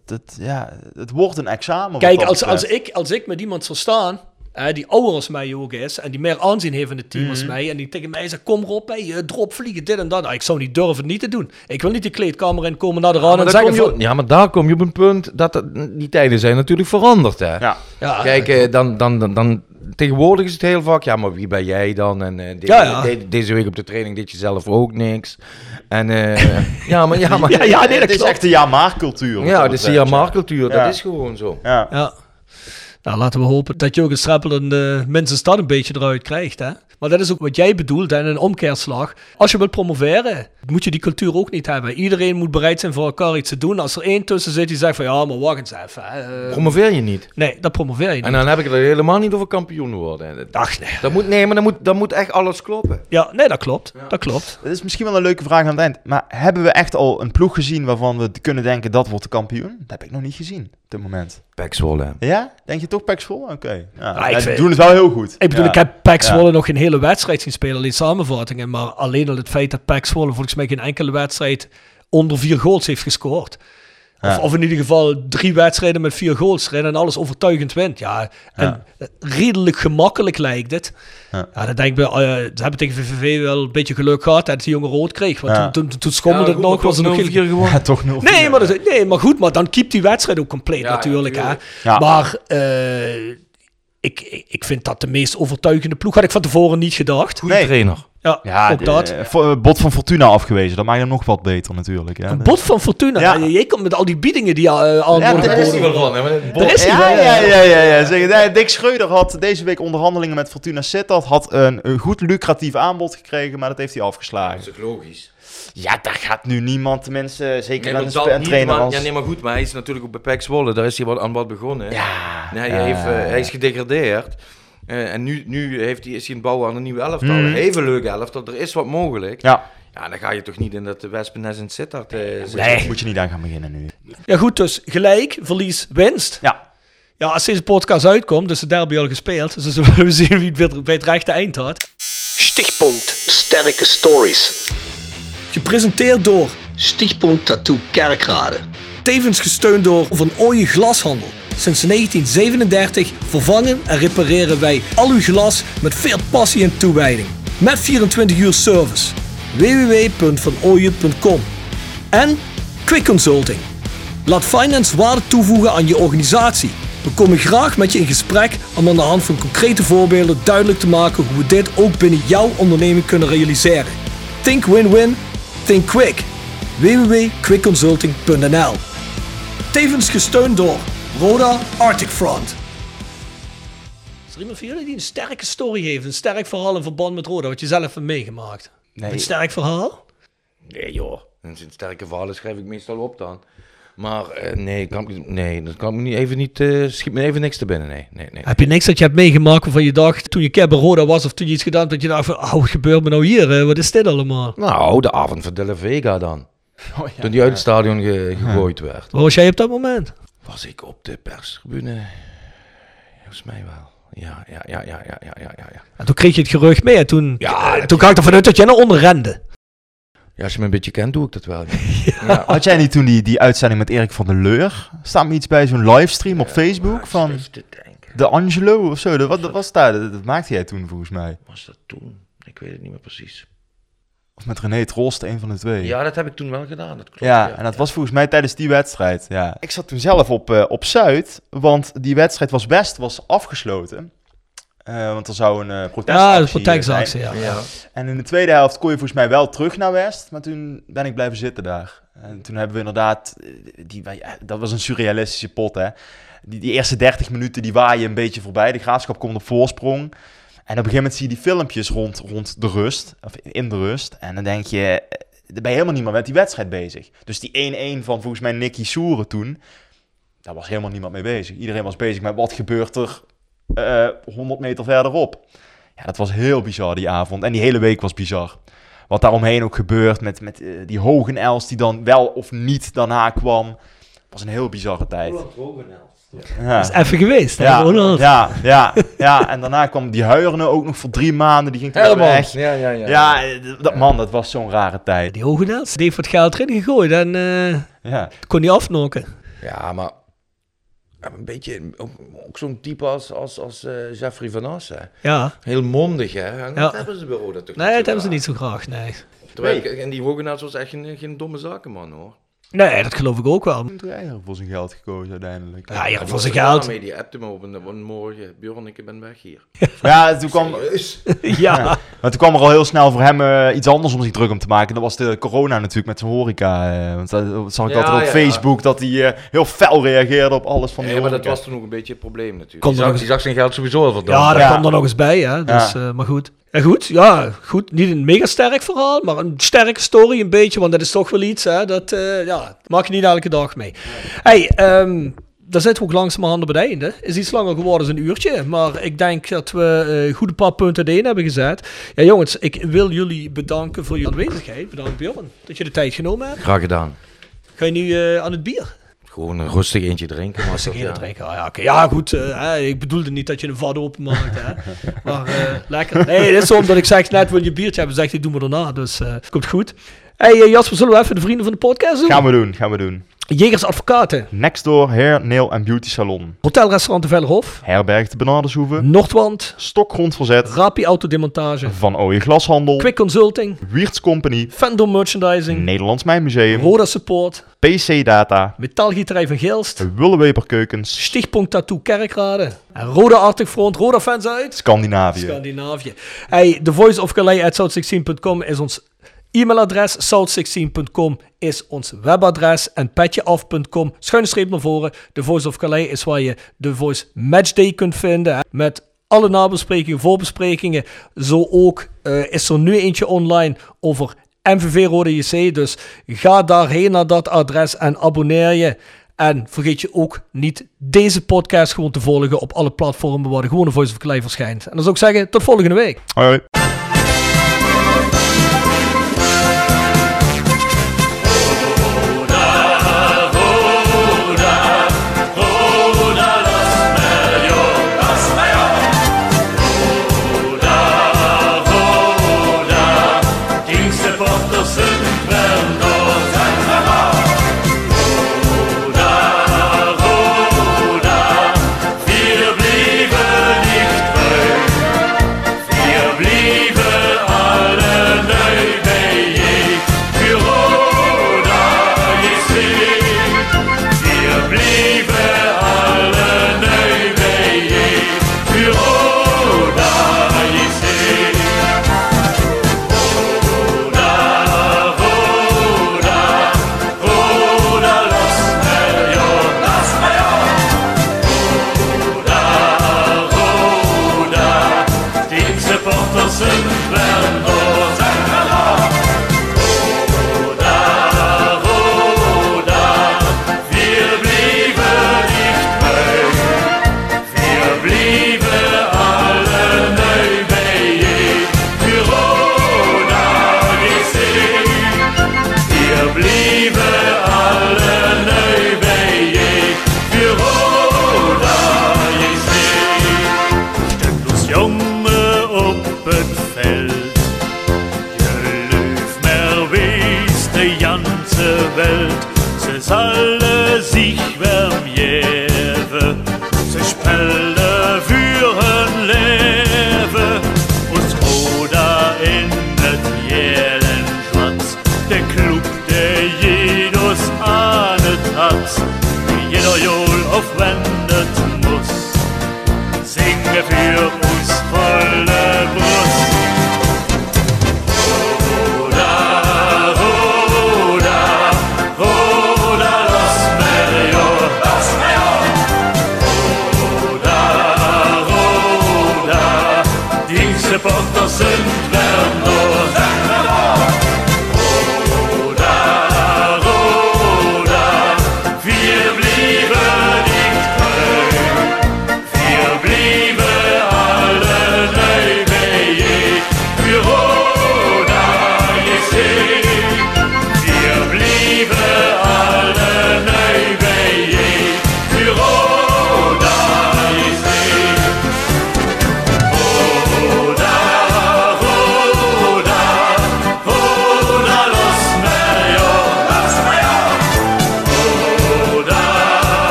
het wordt een examen. Kijk, als ik met iemand zou staan, die ouder als mij ook is, en die meer aanzien heeft in het team als mij, en die tegen mij zegt, kom erop, drop vliegen, dit en dat. Nou, ik zou niet durven niet te doen. Ik wil niet de kleedkamer in komen naar de rand en zeggen van... Ja, maar daar kom je op een punt dat die tijden zijn natuurlijk veranderd, hè. Ja. Kijk, dan tegenwoordig is het heel vaak, ja, maar wie ben jij dan? En deze week op de training deed je zelf ook niks. En het is echt de ja-maar-cultuur. Ja, het is de ja-maar-cultuur, dat is gewoon zo. Ja. Nou, laten we hopen dat Jurgen Streppel minstens dat een beetje eruit krijgt, hè. Maar dat is ook wat jij bedoelt, en een omkeerslag. Als je wilt promoveren, moet je die cultuur ook niet hebben. Iedereen moet bereid zijn voor elkaar iets te doen. Als er één tussen zit die zegt van, ja, maar wacht eens even. Promoveer je niet? Nee, dat promoveer je niet. En dan heb ik het er helemaal niet over kampioen worden. Ach, nee. Dan moet echt alles kloppen. Ja, nee, dat klopt. Ja. Dat klopt. Dat is misschien wel een leuke vraag aan het eind. Maar hebben we echt al een ploeg gezien waarvan we kunnen denken, dat wordt de kampioen? Dat heb ik nog niet gezien op dit moment. PEC Zwolle. Ja? Denk je toch PEC Zwolle? Oké. Ja, die doen het wel heel goed. Ik bedoel, ik heb PEC Zwolle nog geen hele wedstrijd zien spelen, alleen samenvattingen. Maar alleen al het feit dat PEC Zwolle volgens mij geen enkele wedstrijd onder 4 goals heeft gescoord. Of in ieder geval 3 wedstrijden met 4 goals erin en alles overtuigend wint. Ja, en redelijk gemakkelijk lijkt het. Ja, dan denk ik, ze hebben tegen VVV wel een beetje geluk gehad dat die jongen rood kreeg. Want toen schommelde het nog, was het nog geen... gewoon. Ja, toch 0-4. Nee, maar goed, maar dan keept die wedstrijd ook compleet natuurlijk. Hè. Ja. Maar ik vind dat de meest overtuigende ploeg. Had ik van tevoren niet gedacht. Goeie trainer. Ja, ook dat. Bot van Fortuna afgewezen. Dat maakt hem nog wat beter natuurlijk. Ja. Een bot van Fortuna? Ja. Jij komt met al die biedingen die aan worden geboden. Daar is hij wel van. Ja. Dick Schreuder had deze week onderhandelingen met Fortuna Sittard. Had een goed lucratief aanbod gekregen, maar dat heeft hij afgeslagen. Dat is ook logisch. Ja, daar gaat nu niemand, tenminste, zeker met een trainer als... Ja, nee, maar goed, maar hij is natuurlijk ook bij PEC Zwolle. Daar is hij aan wat begonnen. Hij is gedegradeerd. En nu is hij aan het bouwen aan een nieuwe elftal. Even leuke elftal, er is wat mogelijk. Ja, dan ga je toch niet in dat Wespennest in Sittard nee, moet je niet aan gaan beginnen nu. Ja goed, dus gelijk, verlies, winst. Ja, als deze podcast uitkomt, dus de derby al gespeeld. Dus dan zullen we zien wie het bij het rechte eind had. Stichtpunt Sterke Stories. Gepresenteerd door Stichtpunt Tattoo Kerkrade. Tevens gesteund door Van Ooyen Glashandel. Sinds 1937 vervangen en repareren wij al uw glas met veel passie en toewijding. Met 24 uur service. www.vanooyen.com. En Quick Consulting. Laat finance waarde toevoegen aan je organisatie. We komen graag met je in gesprek om aan de hand van concrete voorbeelden duidelijk te maken hoe we dit ook binnen jouw onderneming kunnen realiseren. Think win-win, think quick. www.quickconsulting.nl. Tevens gesteund door Roda Arctic Front. Is er iemand van jullie die een sterke story heeft, een sterk verhaal in verband met Roda, wat je zelf hebt meegemaakt? Nee. Een sterk verhaal? Nee joh, een sterke verhalen schrijf ik meestal op dan. Maar dat kan me niet, schiet me even niks te binnen, nee. Heb je niks dat je hebt meegemaakt waarvan je dacht, toen je keer bij Roda was of toen je iets gedaan, dat je dacht van, wat gebeurt me nou hier? Wat is dit allemaal? Nou, de avond van De La Vega dan. Toen die uit het stadion gegooid werd. Waar was jij op dat moment? Was ik op de perstribune? Volgens mij wel. Ja. En toen kreeg je het gerucht mee en toen ga ik ervan uit dat jij naar onder rende. Ja, als je me een beetje kent, doe ik dat wel. Ja. Had jij niet toen die uitzending met Erik van der Leur? Staat me iets bij zo'n livestream op Facebook van de Angelo of zo? Wat was daar? Dat maakte jij toen volgens mij. Was dat toen? Ik weet het niet meer precies. Of met René Troost, een van de twee. Ja, dat heb ik toen wel gedaan. Dat klopt, en dat was volgens mij tijdens die wedstrijd. Ja. Ik zat toen zelf op Zuid, want die wedstrijd was afgesloten. Want er zou een protestactie zijn. Ja. En in de tweede helft kon je volgens mij wel terug naar West, maar toen ben ik blijven zitten daar. En toen hebben we inderdaad, dat was een surrealistische pot, hè. Die eerste 30 minuten, die waaien een beetje voorbij. De Graafschap komt op voorsprong. En op een gegeven moment zie je die filmpjes rond de rust, of in de rust. En dan denk je, daar ben je helemaal niet meer met die wedstrijd bezig. Dus die 1-1 van volgens mij Nicky Soeren toen, daar was helemaal niemand mee bezig. Iedereen was bezig met wat gebeurt er 100 meter verderop. Ja, dat was heel bizar die avond. En die hele week was bizar. Wat daaromheen ook gebeurt met die Hogenelst die dan wel of niet daarna kwam. Was een heel bizarre tijd. Ja. Dat is even geweest. Ja. En daarna kwam die Huijerne ook nog voor 3 maanden. Die ging helemaal weg. Ja, dat was zo'n rare tijd. Die Hogenelst, die heeft wat geld erin gegooid en kon niet afnokken. Ja, maar een beetje ook zo'n type als Jeffrey van Assen. Ja. Heel mondig, hè? En dat hebben ze bij Roda toch niet. Nee, dat hebben ze niet zo graag, nee. Terwijl, en die Hogenaars was echt geen domme zakenman, hoor. Nee, dat geloof ik ook wel. Toen heb je voor zijn geld gekozen uiteindelijk. Ja, voor zijn geld. Die appte me op een morgen, Bjorn, ik ben weg hier. Ja, toen kwam... Maar toen kwam er al heel snel voor hem iets anders om zich druk om te maken. Dat was de corona natuurlijk met zijn horeca. Want dat zag ik altijd op Facebook, dat hij heel fel reageerde op alles van die horeca. Maar dat was toen ook een beetje het probleem natuurlijk. Die zag zijn geld sowieso al verdampt. Ja, dat kwam er nog eens bij, hè. Dus, maar goed. En goed. Niet een mega sterk verhaal, maar een sterke story een beetje, want dat is toch wel iets, hè. Dat maak je niet elke dag mee. Hey, daar zitten we ook langzamerhand op het einde. Is iets langer geworden dan een uurtje, maar ik denk dat we goede paar punten uiteen hebben gezet. Ja, jongens, ik wil jullie bedanken voor jullie aanwezigheid. Bedankt, Bjorn, dat je de tijd genomen hebt. Graag gedaan. Ga je nu aan het bier? Gewoon een rustig eentje drinken. Ja, goed. Ik bedoelde niet dat je een vat openmaakt. Hè. Maar lekker. Nee, dit is zo omdat ik zeg net, wil je biertje hebben? Zeg ik, doe maar daarna. Dus komt goed. Hey Jasper, zullen we even de vrienden van de podcast doen? Gaan we doen. Jegers Advocaten. Nextdoor Hair, Nail en Beauty Salon. Hotelrestaurant de Vellerhof. Herberg de Bernardeshoeve. Noordwand. Stokgrondverzet. Rapi Autodemontage. Van Ooyen Glashandel. Quick Consulting. Wiertz Company. Fandom Merchandising. Nederlands Mijnmuseum. Roda Support. PC Data. Metaalgieterij van Geelst. Willeweber Keukens. Stichtpunt Tattoo Kerkrade. En Roda Arctic Front. Roda fans uit Scandinavië. Hey, The Voice of Calais at south16.com is ons e-mailadres. South16.com is ons webadres. En petjeaf.com, _ naar voren. The Voice of Calais is waar je The Voice Matchday kunt vinden. Met alle nabesprekingen, voorbesprekingen. Zo ook is er nu eentje online over MVV Roda JC. Dus ga daarheen naar dat adres en abonneer je. En vergeet je ook niet deze podcast gewoon te volgen op alle platformen waar de gewone Voice of Calais verschijnt. En dan zou ik zeggen, tot volgende week. Hoi. Bleed. zich warm geven. Ze spelen voor hun leven. Ons Roda in het jelen zwart. De club die jedes aan het had. Jeder Jol of wenn